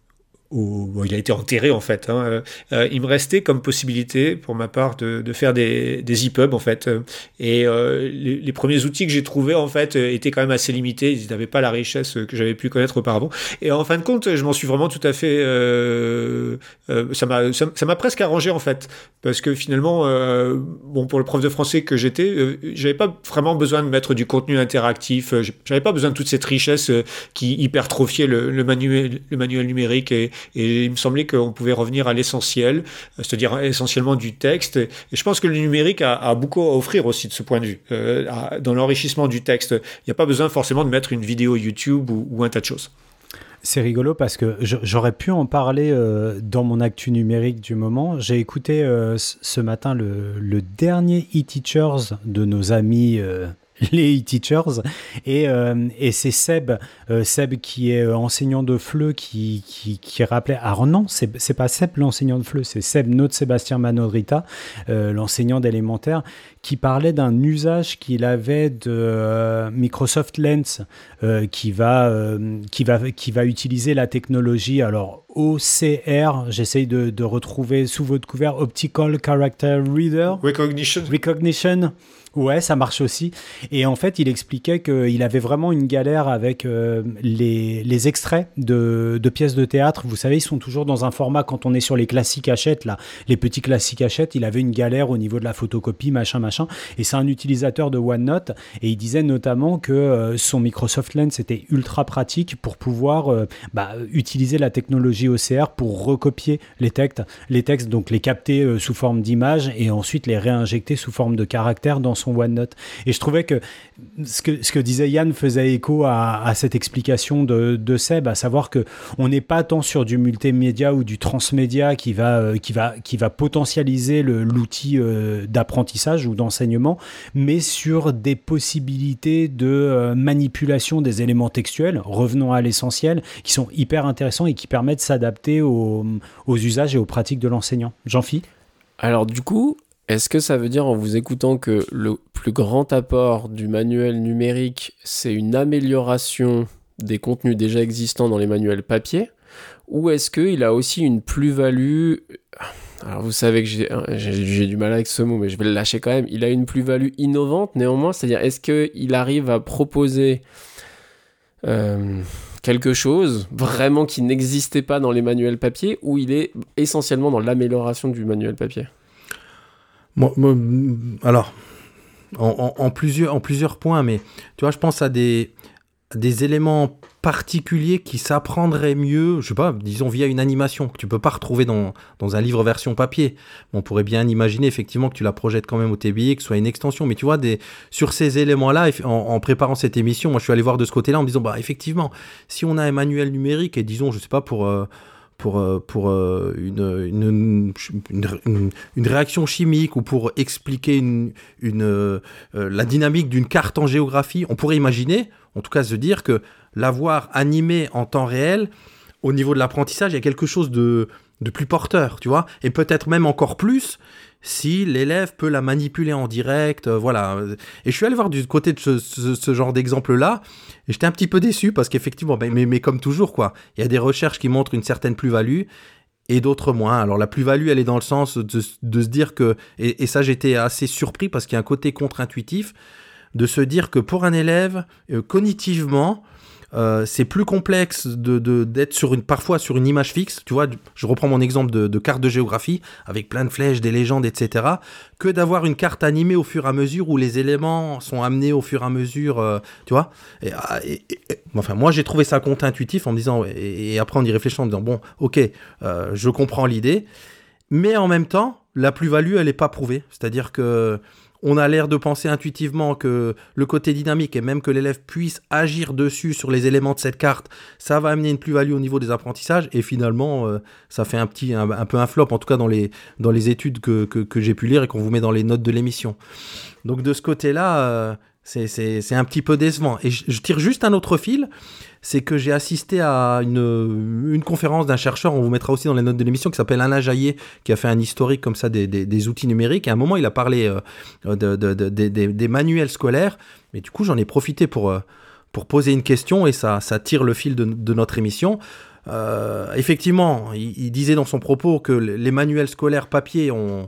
Où, bon, il a été enterré en fait. Hein. Euh, il me restait comme possibilité pour ma part de, de faire des, des e-pubs en fait. Et euh, les, les premiers outils que j'ai trouvés en fait étaient quand même assez limités. Ils n'avaient pas la richesse que j'avais pu connaître auparavant. Et en fin de compte, je m'en suis vraiment tout à fait. Euh, euh, ça m'a, ça, ça m'a presque arrangé en fait, parce que finalement, euh, bon, pour le prof de français que j'étais, euh, j'avais pas vraiment besoin de mettre du contenu interactif. J'avais pas besoin de toute cette richesse qui hypertrophiait le, le manuel, le manuel numérique et Et il me semblait qu'on pouvait revenir à l'essentiel, c'est-à-dire essentiellement du texte. Et je pense que le numérique a, a beaucoup à offrir aussi de ce point de vue. Euh, dans l'enrichissement du texte, il n'y a pas besoin forcément de mettre une vidéo YouTube ou, ou un tas de choses. C'est rigolo parce que j'aurais pu en parler euh, dans mon actu numérique du moment. J'ai écouté euh, ce matin le, le dernier e-teachers de nos amis... Euh les e-teachers, et, euh, et c'est Seb, euh, Seb qui est enseignant de F L E, qui, qui, qui rappelait, alors non, c'est, c'est pas Seb l'enseignant de F L E, c'est Seb, notre Sébastien Manodrita, euh, l'enseignant d'élémentaire, qui parlait d'un usage qu'il avait de euh, Microsoft Lens, euh, qui, va, euh, qui, va, qui va utiliser la technologie, alors O C R, j'essaye de, de retrouver sous votre couvert, Optical Character Reader. Recognition. Recognition. Ouais, ça marche aussi. Et en fait, il expliquait qu'il avait vraiment une galère avec euh, les, les extraits de, de pièces de théâtre. Vous savez, ils sont toujours dans un format, quand on est sur les classiques hachette, là, les petits classiques hachette, il avait une galère au niveau de la photocopie, machin, machin. Et c'est un utilisateur de OneNote. Et il disait notamment que euh, son Microsoft Lens était ultra pratique pour pouvoir euh, bah, utiliser la technologie O C R pour recopier les textes, les textes donc les capter euh, sous forme d'image et ensuite les réinjecter sous forme de caractères dans son OneNote. Et je trouvais que ce que, ce que disait Yann faisait écho à, à cette explication de, de Seb, à savoir qu'on n'est pas tant sur du multimédia ou du transmédia qui va, euh, qui va, qui va potentialiser le, l'outil euh, d'apprentissage ou d'enseignement, mais sur des possibilités de euh, manipulation des éléments textuels, revenons à l'essentiel, qui sont hyper intéressants et qui permettent de s'adapter aux, aux usages et aux pratiques de l'enseignant. Jean-Phi ? Alors du coup, est-ce que ça veut dire en vous écoutant que le plus grand apport du manuel numérique, c'est une amélioration des contenus déjà existants dans les manuels papier, ou est-ce qu'il a aussi une plus-value... Alors vous savez que j'ai, j'ai, j'ai du mal avec ce mot, mais je vais le lâcher quand même. Il a une plus-value innovante néanmoins, c'est-à-dire est-ce qu'il arrive à proposer... Euh, quelque chose vraiment qui n'existait pas dans les manuels papier, ou il est essentiellement dans l'amélioration du manuel papier? Moi, moi, alors, en, en, en, plusieurs, en plusieurs points, mais tu vois, je pense à des, des éléments particuliers qui s'apprendraient mieux, je sais pas, disons via une animation que tu peux pas retrouver dans, dans un livre version papier. On pourrait bien imaginer effectivement que tu la projettes quand même au T B I, que ce soit une extension, mais tu vois, des, sur ces éléments-là, en, en préparant cette émission, moi je suis allé voir de ce côté-là en me disant, bah effectivement, si on a un manuel numérique et disons, je sais pas, pour... Euh, pour, pour euh, une, une, une, une, une réaction chimique ou pour expliquer une, une, euh, la dynamique d'une carte en géographie, on pourrait imaginer, en tout cas se dire que l'avoir animé en temps réel, au niveau de l'apprentissage, il y a quelque chose de, de plus porteur, tu vois, et peut-être même encore plus si l'élève peut la manipuler en direct, euh, voilà. Et je suis allé voir du côté de ce, ce, ce genre d'exemple-là, et j'étais un petit peu déçu, parce qu'effectivement, ben, mais, mais comme toujours, quoi, il y a des recherches qui montrent une certaine plus-value, et d'autres moins. Alors la plus-value, elle est dans le sens de, de se dire que, et, et ça j'étais assez surpris, parce qu'il y a un côté contre-intuitif, de se dire que pour un élève, euh, cognitivement, Euh, c'est plus complexe de, de, d'être sur une, parfois sur une image fixe, tu vois, je reprends mon exemple de, de carte de géographie, avec plein de flèches, des légendes, et cetera, que d'avoir une carte animée au fur et à mesure, où les éléments sont amenés au fur et à mesure, euh, tu vois, et, et, et, enfin, moi j'ai trouvé ça contre-intuitif en me disant, et, et après en y réfléchissant, en me disant, bon, ok, euh, je comprends l'idée, mais en même temps, la plus-value, elle n'est pas prouvée, c'est-à-dire que on a l'air de penser intuitivement que le côté dynamique et même que l'élève puisse agir dessus sur les éléments de cette carte, ça va amener une plus-value au niveau des apprentissages et finalement euh, ça fait un petit un, un peu un flop en tout cas dans les dans les études que, que, que j'ai pu lire et qu'on vous met dans les notes de l'émission. Donc de ce côté-là, euh, c'est, c'est, c'est un petit peu décevant. Et je, je tire juste un autre fil, c'est que j'ai assisté à une, une conférence d'un chercheur, on vous mettra aussi dans les notes de l'émission, qui s'appelle Alain Jaillet, qui a fait un historique comme ça des, des, des outils numériques. Et à un moment, il a parlé euh, de, de, de, de, de, des manuels scolaires. Mais du coup, j'en ai profité pour, euh, pour poser une question et ça, ça tire le fil de, de notre émission. Euh, effectivement, il, il disait dans son propos que les manuels scolaires papier ont,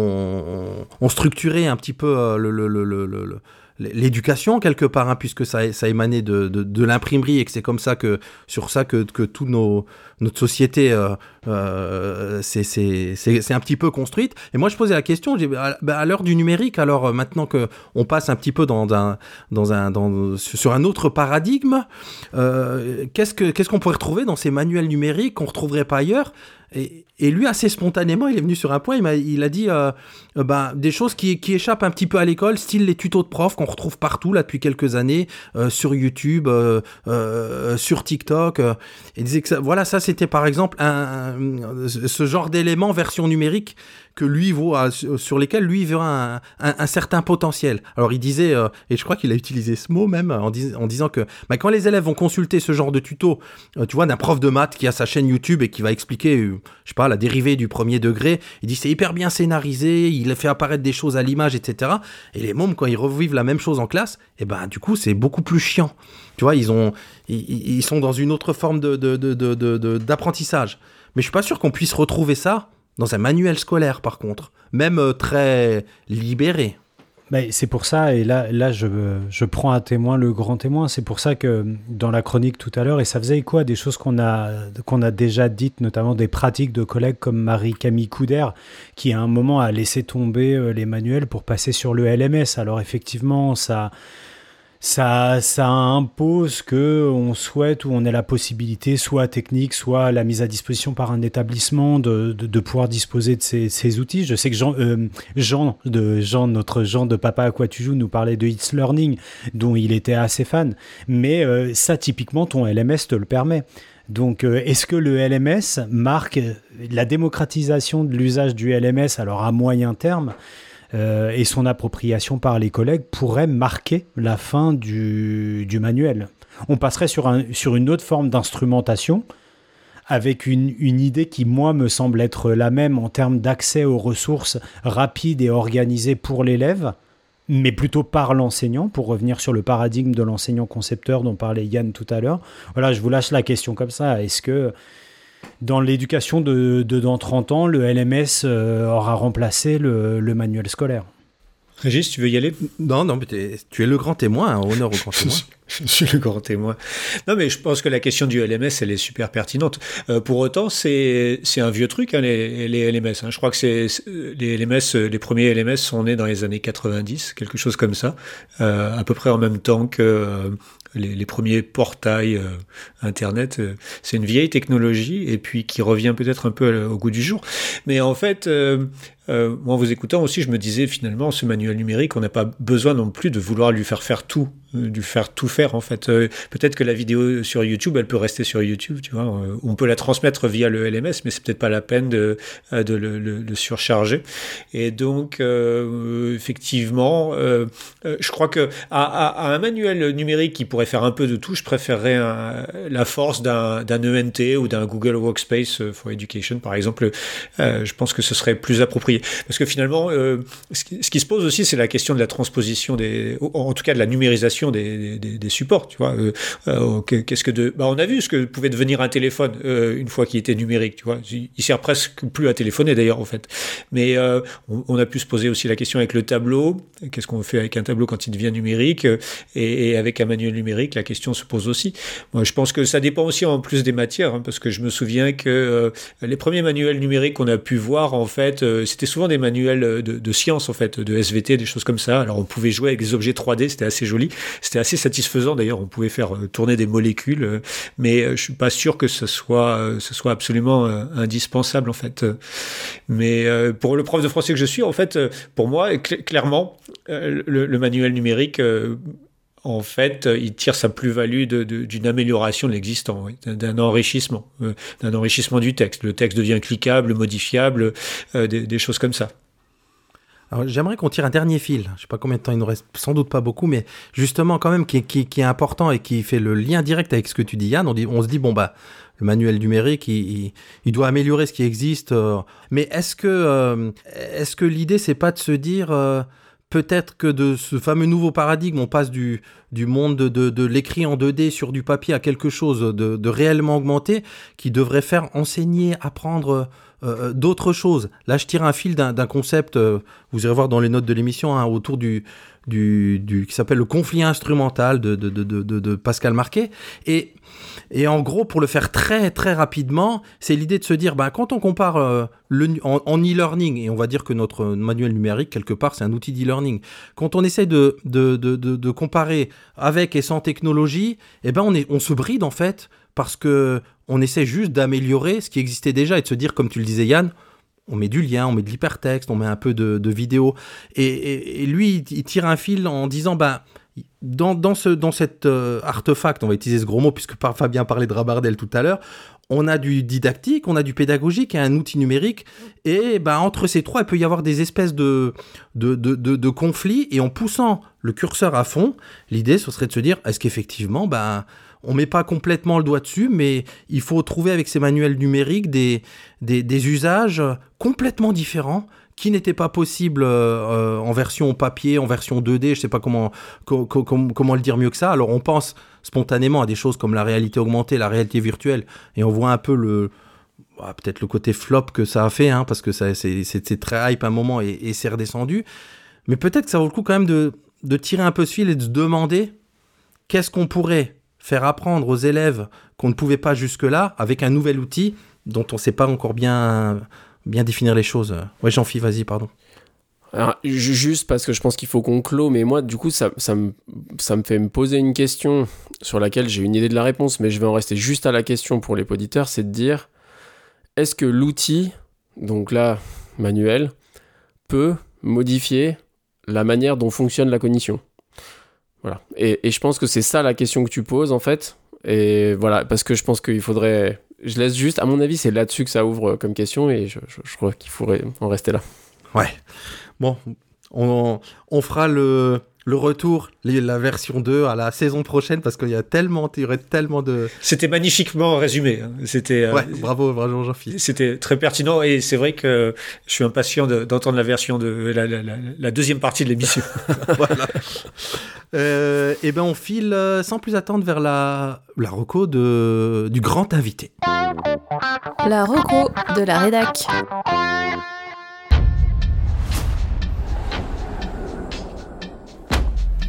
ont, ont structuré un petit peu euh, le, le, le, le, le l'éducation quelque part, hein, puisque ça, ça émanait de, de, de l'imprimerie et que c'est comme ça que sur ça que, que toute nos, notre société euh, euh, c'est, c'est, c'est, c'est un petit peu construite. Et moi je posais la question, j'ai, à, à l'heure du numérique, alors euh, maintenant que on passe un petit peu dans un, dans un, dans, sur un autre paradigme, euh, qu'est-ce, que, qu'est-ce qu'on pourrait retrouver dans ces manuels numériques qu'on ne retrouverait pas ailleurs? Et, et lui, assez spontanément, il est venu sur un point, il, m'a, il a dit euh, euh, ben, des choses qui, qui échappent un petit peu à l'école, style les tutos de profs qu'on retrouve partout là depuis quelques années, euh, sur YouTube, euh, euh, sur TikTok. Euh, et il disait que ça, voilà, ça c'était par exemple un, un, ce genre d'élément version numérique que lui voit, sur lesquels lui voit un, un, un certain potentiel. Alors il disait, euh, et je crois qu'il a utilisé ce mot même, en, dis, en disant que bah, quand les élèves vont consulter ce genre de tuto, euh, tu vois, d'un prof de maths qui a sa chaîne YouTube et qui va expliquer, euh, je sais pas, la dérivée du premier degré, il dit c'est hyper bien scénarisé, il fait apparaître des choses à l'image, et cetera. Et les mômes, quand ils revivent la même chose en classe, et ben du coup c'est beaucoup plus chiant. Tu vois, ils, ont, ils, ils sont dans une autre forme de, de, de, de, de, de, d'apprentissage. Mais je suis pas sûr qu'on puisse retrouver ça dans un manuel scolaire, par contre, même euh, très libéré. Ben, c'est pour ça, et là, là je, je prends à témoin le grand témoin, c'est pour ça que dans la chronique tout à l'heure, et ça faisait écho à des choses qu'on a, qu'on a déjà dites, notamment des pratiques de collègues comme Marie-Camille Couder, qui à un moment a laissé tomber les manuels pour passer sur le L M S. Alors effectivement, ça... Ça, ça impose qu'on souhaite ou on ait la possibilité, soit technique, soit la mise à disposition par un établissement, de, de, de pouvoir disposer de ces, ces outils. Je sais que Jean, euh, Jean, de, Jean, notre Jean de Papa à quoi tu joues, nous parlait de It's Learning, dont il était assez fan. Mais euh, ça, typiquement, ton L M S te le permet. Donc, euh, est-ce que le L M S marque la démocratisation de l'usage du L M S, alors à moyen terme, Euh, et son appropriation par les collègues pourrait marquer la fin du, du manuel. On passerait sur, un, sur une autre forme d'instrumentation avec une, une idée qui, moi, me semble être la même en termes d'accès aux ressources rapides et organisées pour l'élève, mais plutôt par l'enseignant, pour revenir sur le paradigme de l'enseignant-concepteur dont parlait Yann tout à l'heure. Voilà, je vous lâche la question comme ça. Est-ce que dans l'éducation de, de dans trente ans, le L M S euh, aura remplacé le, le manuel scolaire? Régis, tu veux y aller? Non, non, mais t'es- tu es le grand témoin, hein, honneur au grand témoin. Je suis le grand témoin. Non, mais je pense que la question du L M S, elle est super pertinente. Euh, pour autant, c'est c'est un vieux truc, hein, les, les L M S. Hein. Je crois que c'est c'est- les L M S, les premiers L M S sont nés dans les années quatre-vingt-dix, quelque chose comme ça, euh, à peu près en même temps que euh, les, les premiers portails euh, Internet. Euh, C'est une vieille technologie et puis qui revient peut-être un peu euh, au goût du jour. Mais en fait, euh, euh, moi, en vous écoutant aussi, je me disais finalement, ce manuel numérique, on n'a pas besoin non plus de vouloir lui faire faire tout, euh, lui faire tout faire en fait. Euh, peut-être que la vidéo sur YouTube, elle peut rester sur YouTube, tu vois. Euh, on peut la transmettre via le L M S, mais c'est peut-être pas la peine de, euh, de le, le- le surcharger. Et donc, euh, effectivement, euh, euh, je crois que à, à- à un manuel numérique qui pourrait faire un peu de tout, je préférerais un- la force d'un d'un E N T ou d'un Google Workspace for Education, par exemple. Euh, je pense que ce serait plus approprié. Parce que finalement, euh, ce, qui, ce qui se pose aussi, c'est la question de la transposition des, en tout cas de la numérisation des, des, des supports. Tu vois, euh, euh, qu'est-ce que de, bah, on a vu ce que pouvait devenir un téléphone euh, une fois qu'il était numérique. Tu vois, il sert presque plus à téléphoner d'ailleurs en fait. Mais euh, on, on a pu se poser aussi la question avec le tableau. Qu'est-ce qu'on fait avec un tableau quand il devient numérique? Et, et avec un manuel numérique, la question se pose aussi. Moi, je pense que ça dépend aussi en plus des matières, hein, parce que je me souviens que euh, les premiers manuels numériques qu'on a pu voir, en fait, euh, c'était souvent des manuels de, de sciences, en fait, de S V T, des choses comme ça. Alors, on pouvait jouer avec des objets trois D, c'était assez joli. C'était assez satisfaisant, d'ailleurs. On pouvait faire euh, tourner des molécules, euh, mais euh, je suis pas sûr que ce soit, euh, ce soit absolument euh, indispensable, en fait. Mais euh, pour le prof de français que je suis, en fait, euh, pour moi, cl- clairement, euh, le, le manuel numérique... Euh, en fait, il tire sa plus-value de, de, d'une amélioration de l'existant, oui, d'un, d'un enrichissement, euh, d'un enrichissement du texte. Le texte devient cliquable, modifiable, euh, des, des choses comme ça. Alors, j'aimerais qu'on tire un dernier fil. Je ne sais pas combien de temps il nous reste, sans doute pas beaucoup, mais justement quand même qui, qui, qui est important et qui fait le lien direct avec ce que tu dis, Yann. On, dit, on se dit, bon, bah, le manuel numérique, il, il, il doit améliorer ce qui existe. Euh, mais est-ce que, euh, est-ce que l'idée, c'est pas de se dire... Euh, peut-être que de ce fameux nouveau paradigme, on passe du, du monde de, de, de l'écrit en deux D sur du papier à quelque chose de, de réellement augmenté qui devrait faire enseigner, apprendre euh, d'autres choses. Là, je tire un fil d'un, d'un concept, euh, vous irez voir dans les notes de l'émission, hein, autour du, du, du, qui s'appelle le conflit instrumental de, de, de, de, de Pascal Marquet. Et, et en gros, pour le faire très très rapidement, c'est l'idée de se dire, ben, quand on compare euh, le, en, en e-learning, et on va dire que notre manuel numérique, quelque part, c'est un outil d'e-learning, quand on essaie de, de, de, de, de comparer avec et sans technologie, eh ben on, est, on se bride en fait, parce qu'on essaie juste d'améliorer ce qui existait déjà et de se dire, comme tu le disais Yann, on met du lien, on met de l'hypertexte, on met un peu de, de vidéo. Et, et, et lui, il tire un fil en disant, bah, dans, dans, ce, dans cet euh, artefact, on va utiliser ce gros mot puisque Fabien parlait de Rabardel tout à l'heure, on a du didactique, on a du pédagogique et un outil numérique. Et bah, entre ces trois, il peut y avoir des espèces de, de, de, de, de conflits. Et en poussant le curseur à fond, l'idée, ce serait de se dire, est-ce qu'effectivement, bah, on ne met pas complètement le doigt dessus, mais il faut trouver avec ces manuels numériques des, des, des usages complètement différents qui n'étaient pas possibles euh, en version papier, en version deux D, je ne sais pas comment, co- co- comment le dire mieux que ça. Alors on pense spontanément à des choses comme la réalité augmentée, la réalité virtuelle, et on voit un peu le... Bah, peut-être le côté flop que ça a fait, hein, parce que ça, c'est, c'est, c'est très hype à un moment et, et c'est redescendu. Mais peut-être que ça vaut le coup quand même de, de tirer un peu ce fil et de se demander qu'est-ce qu'on pourrait faire apprendre aux élèves qu'on ne pouvait pas jusque-là avec un nouvel outil dont on ne sait pas encore bien, bien définir les choses. Ouais, Jean-Philippe, vas-y, pardon. Alors, juste parce que je pense qu'il faut qu'on clôt, mais moi, du coup, ça, ça, me, ça me fait me poser une question sur laquelle j'ai une idée de la réponse, mais je vais en rester juste à la question pour les auditeurs, c'est de dire, est-ce que l'outil, donc là, manuel, peut modifier la manière dont fonctionne la cognition ? Voilà. Et, et je pense que c'est ça la question que tu poses, en fait. Et voilà, parce que je pense qu'il faudrait... Je laisse juste... À mon avis, c'est là-dessus que ça ouvre comme question, et je, je, je crois qu'il faudrait en rester là. Ouais. Bon, on, on fera le, le retour, les, la version deux à la saison prochaine, parce qu'il y a tellement, il y aurait tellement de... C'était magnifiquement résumé. Hein. C'était, ouais, euh, bravo, bravo Jean-Philippe. C'était très pertinent, et c'est vrai que je suis impatient de, d'entendre la version de la, la, la, la deuxième partie de l'émission. Voilà. Euh, et ben on file euh, sans plus attendre vers la, la reco de, du grand invité. La reco de la rédac.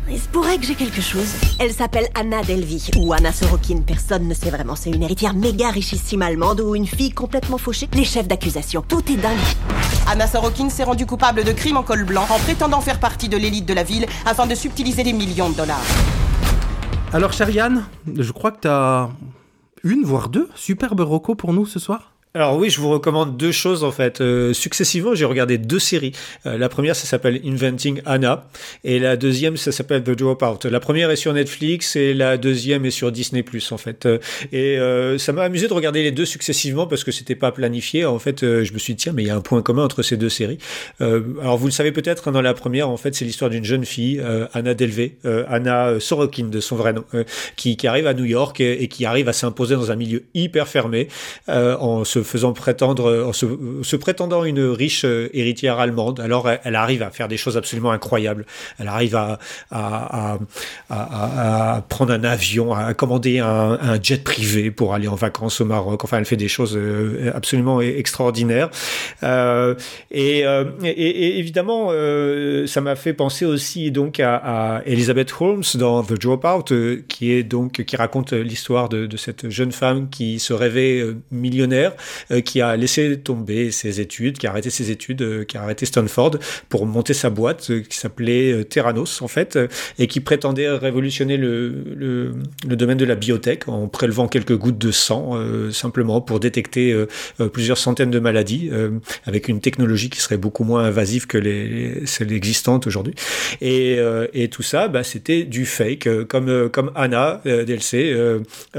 Il se pourrait que j'ai quelque chose. Elle s'appelle Anna Delvey, ou Anna Sorokin, personne ne sait vraiment. C'est une héritière méga richissime allemande ou une fille complètement fauchée. Les chefs d'accusation, tout est dingue. Anna Sorokin s'est rendue coupable de crimes en col blanc en prétendant faire partie de l'élite de la ville afin de subtiliser des millions de dollars. Alors, chère Yann, je crois que t'as une, voire deux superbes recos pour nous ce soir. Alors oui, je vous recommande deux choses en fait. Euh, successivement, j'ai regardé deux séries. Euh, la première, ça s'appelle Inventing Anna, et la deuxième, ça s'appelle The Dropout. La première est sur Netflix et la deuxième est sur Disney plus en fait. Euh, et euh, ça m'a amusé de regarder les deux successivement parce que c'était pas planifié. En fait, euh, je me suis dit tiens, mais il y a un point commun entre ces deux séries. Euh, alors vous le savez peut-être, hein, dans la première, en fait, c'est l'histoire d'une jeune fille, euh, Anna Delvey, euh, Anna Sorokin de son vrai nom, euh, qui, qui arrive à New York et, et qui arrive à s'imposer dans un milieu hyper fermé euh, en se faisant prétendre, en se, se prétendant une riche héritière allemande. Alors elle, elle arrive à faire des choses absolument incroyables. Elle arrive à, à, à, à, à prendre un avion, à commander un, un jet privé pour aller en vacances au Maroc. Enfin, elle fait des choses absolument extraordinaires. Euh, et, euh, et, et évidemment, euh, ça m'a fait penser aussi donc à, à Elizabeth Holmes dans The Dropout, euh, qui est donc qui raconte l'histoire de, de cette jeune femme qui se rêvait millionnaire, euh, qui a laissé tomber ses études, qui a arrêté ses études, euh, qui a arrêté Stanford pour monter sa boîte euh, qui s'appelait euh, Theranos en fait, euh, et qui prétendait révolutionner le, le, le domaine de la biotech en prélevant quelques gouttes de sang euh, simplement pour détecter euh, euh, plusieurs centaines de maladies euh, avec une technologie qui serait beaucoup moins invasive que les, les celles existantes aujourd'hui. Et, euh, et tout ça, bah, c'était du fake, euh, comme euh, comme Anna euh, Delvey, euh,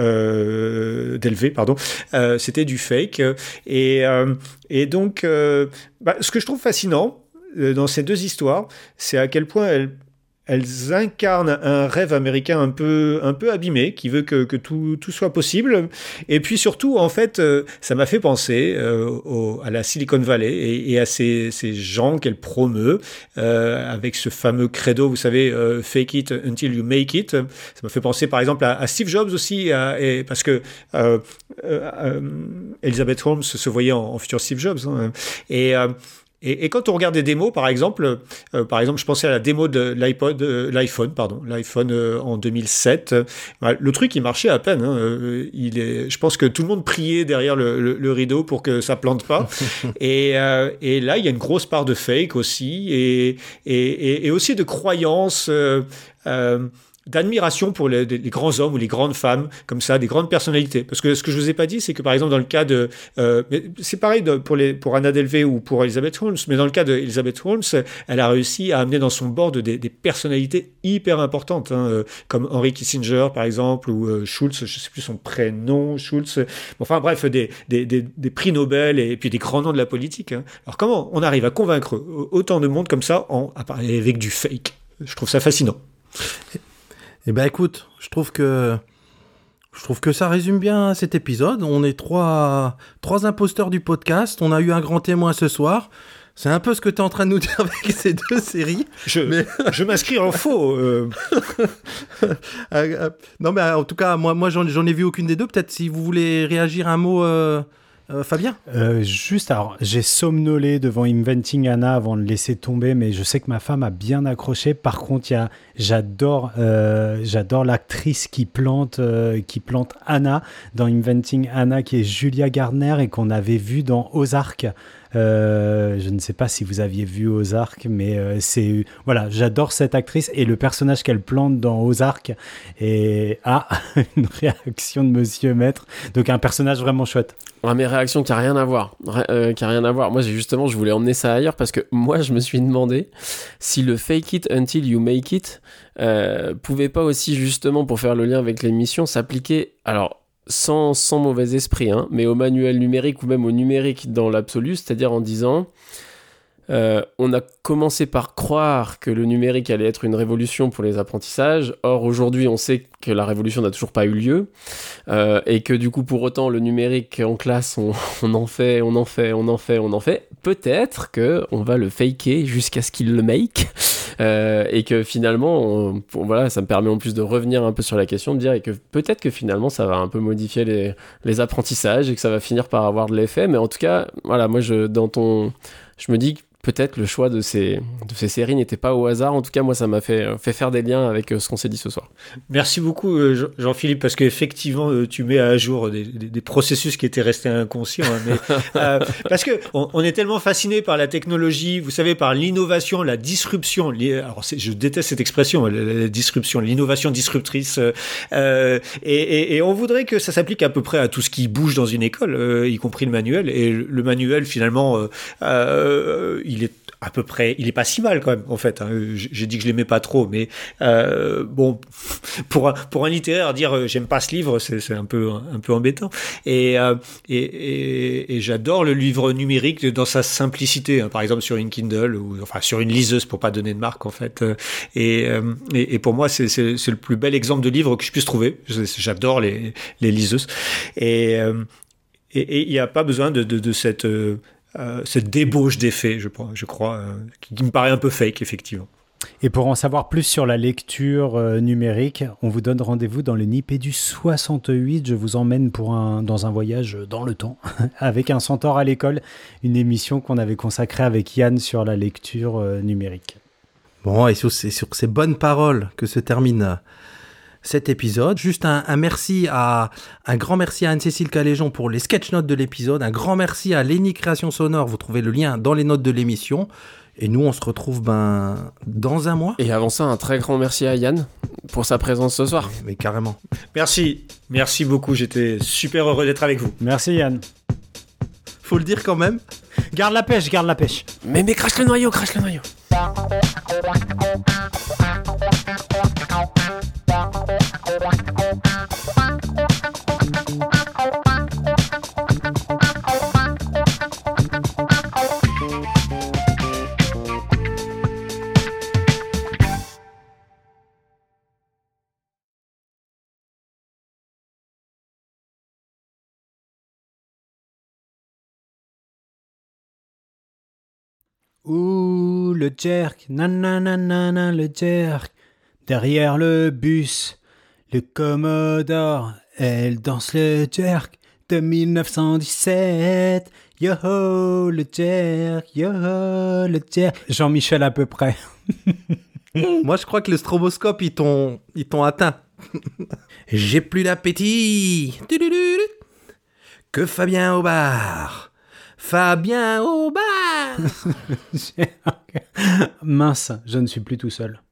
euh, Delvey, pardon, euh, c'était du fake. Et, euh, et donc, euh, bah, ce que je trouve fascinant euh, dans ces deux histoires, c'est à quel point elles, elles incarnent un rêve américain un peu, un peu abîmé, qui veut que, que tout, tout soit possible. Et puis surtout, en fait, euh, ça m'a fait penser euh, au, à la Silicon Valley et, et à ces, ces gens qu'elle promeut euh, avec ce fameux credo, vous savez, euh, fake it until you make it. Ça m'a fait penser, par exemple, à, à Steve Jobs aussi, à, et, parce que euh, euh, euh, Elizabeth Holmes se voyait en, en futur Steve Jobs. Hein, et euh, Et, et quand on regarde des démos, par exemple, euh, par exemple, je pensais à la démo de l'iPod, euh, l'iPhone, pardon, l'iPhone euh, en deux mille sept. Euh, le truc, il marchait à peine. Hein, euh, il est, je pense que tout le monde priait derrière le, le, le rideau pour que ça plante pas. et, euh, et là, il y a une grosse part de fake aussi, et, et, et, et aussi de croyances. Euh, euh, d'admiration pour les, les grands hommes ou les grandes femmes, comme ça, des grandes personnalités. Parce que ce que je vous ai pas dit, c'est que par exemple dans le cas de, euh, c'est pareil de, pour les pour Anna Delvey ou pour Elizabeth Holmes, mais dans le cas de Elizabeth Holmes, elle a réussi à amener dans son board des, des personnalités hyper importantes, hein, euh, comme Henry Kissinger par exemple, ou euh, Schultz, je sais plus son prénom, Schultz. Enfin bref, des des des, des prix Nobel et, et puis des grands noms de la politique. Hein. Alors comment on arrive à convaincre autant de monde comme ça en avec du fake? Je trouve ça fascinant. Eh ben écoute, je trouve que je trouve que ça résume bien cet épisode. On est trois trois imposteurs du podcast. On a eu un grand témoin ce soir. C'est un peu ce que tu es en train de nous dire avec ces deux séries. Je, mais... je m'inscris en faux. Euh... non mais en tout cas, moi, moi j'en, j'en ai vu aucune des deux. Peut-être si vous voulez réagir un mot... Euh... Euh, Fabien euh, Juste, alors, j'ai somnolé devant Inventing Anna avant de laisser tomber, mais je sais que ma femme a bien accroché. Par contre, y a, j'adore, euh, j'adore l'actrice qui plante, euh, qui plante Anna dans Inventing Anna, qui est Julia Gardner et qu'on avait vu dans Ozark. Euh, je ne sais pas si vous aviez vu Ozark, mais euh, c'est voilà, j'adore cette actrice et le personnage qu'elle plante dans Ozark. Et ah, une réaction de Monsieur Maître, donc un personnage vraiment chouette. Ouais, mais réaction qui a rien à voir, euh, qui a rien à voir. Moi, j'ai justement, je voulais emmener ça ailleurs parce que moi, je me suis demandé si le fake it until you make it euh, pouvait pas aussi justement, pour faire le lien avec l'émission, s'appliquer. Alors. Sans, sans mauvais esprit, hein, mais au manuel numérique ou même au numérique dans l'absolu, c'est-à-dire en disant euh, on a commencé par croire que le numérique allait être une révolution pour les apprentissages, or aujourd'hui on sait que la révolution n'a toujours pas eu lieu, euh, et que du coup pour autant le numérique en classe on, on en fait, on en fait, on en fait, on en fait, peut-être qu'on va le faker jusqu'à ce qu'il le make. Euh, et que finalement, on, on, voilà, ça me permet en plus de revenir un peu sur la question, de dire et que peut-être que finalement ça va un peu modifier les, les apprentissages et que ça va finir par avoir de l'effet. Mais en tout cas, voilà, moi je, dans ton, je me dis que peut-être le choix de ces, de ces séries n'était pas au hasard. En tout cas, moi, ça m'a fait, fait faire des liens avec ce qu'on s'est dit ce soir. Merci beaucoup, euh, Jean-Philippe, parce qu'effectivement, euh, tu mets à jour des, des, des processus qui étaient restés inconscients. Hein, mais, euh, parce que on, on est tellement fasciné par la technologie, vous savez, par l'innovation, la disruption. Alors, c'est, je déteste cette expression, la, la disruption, l'innovation disruptrice. Euh, et, et, et on voudrait que ça s'applique à peu près à tout ce qui bouge dans une école, euh, y compris le manuel. Et le manuel, finalement, euh, euh, il est à peu près, il est pas si mal quand même en fait. Hein. J'ai dit que je l'aimais pas trop, mais euh, bon, pour un, pour un littéraire dire euh, j'aime pas ce livre, c'est, c'est un peu un peu embêtant. Et euh, et, et, et j'adore le livre numérique dans sa simplicité. Hein. Par exemple sur une Kindle ou enfin sur une liseuse pour pas donner de marque en fait. Et euh, et, et pour moi c'est, c'est c'est le plus bel exemple de livre que je puisse trouver. J'adore les les liseuses. Et euh, et il n'y a pas besoin de de, de cette euh, Euh, cette débauche d'effets, je, je crois, euh, qui, qui me paraît un peu fake, effectivement. Et pour en savoir plus sur la lecture euh, numérique, on vous donne rendez-vous dans le Nipédu soixante-huit. Je vous emmène pour un, dans un voyage dans le temps, avec un centaure à l'école, une émission qu'on avait consacrée avec Yann sur la lecture euh, numérique. Bon, et sur ces, sur ces bonnes paroles que se termine cet épisode. Juste un, un merci à un grand merci à Anne-Cécile Caléjon pour les sketch notes de l'épisode. Un grand merci à Lenny Création Sonore. Vous trouvez le lien dans les notes de l'émission. Et nous, on se retrouve ben dans un mois. Et avant ça, un très grand merci à Yann pour sa présence ce soir. Mais, mais carrément. Merci, merci beaucoup. J'étais super heureux d'être avec vous. Merci Yann. Faut le dire quand même. Garde la pêche, garde la pêche. Mais mais crache le noyau, crache le noyau. Ouh, le jerk, nananana, le jerk. Derrière le bus, le Commodore, elle danse le jerk de mille neuf cent dix-sept. Yo-ho, le jerk, yo-ho, le jerk. Jean-Michel à peu près. Moi, je crois que le stroboscope, ils t'ont, ils t'ont atteint. J'ai plus d'appétit. Que Fabien au bar. Fabien au bar. Mince, je ne suis plus tout seul.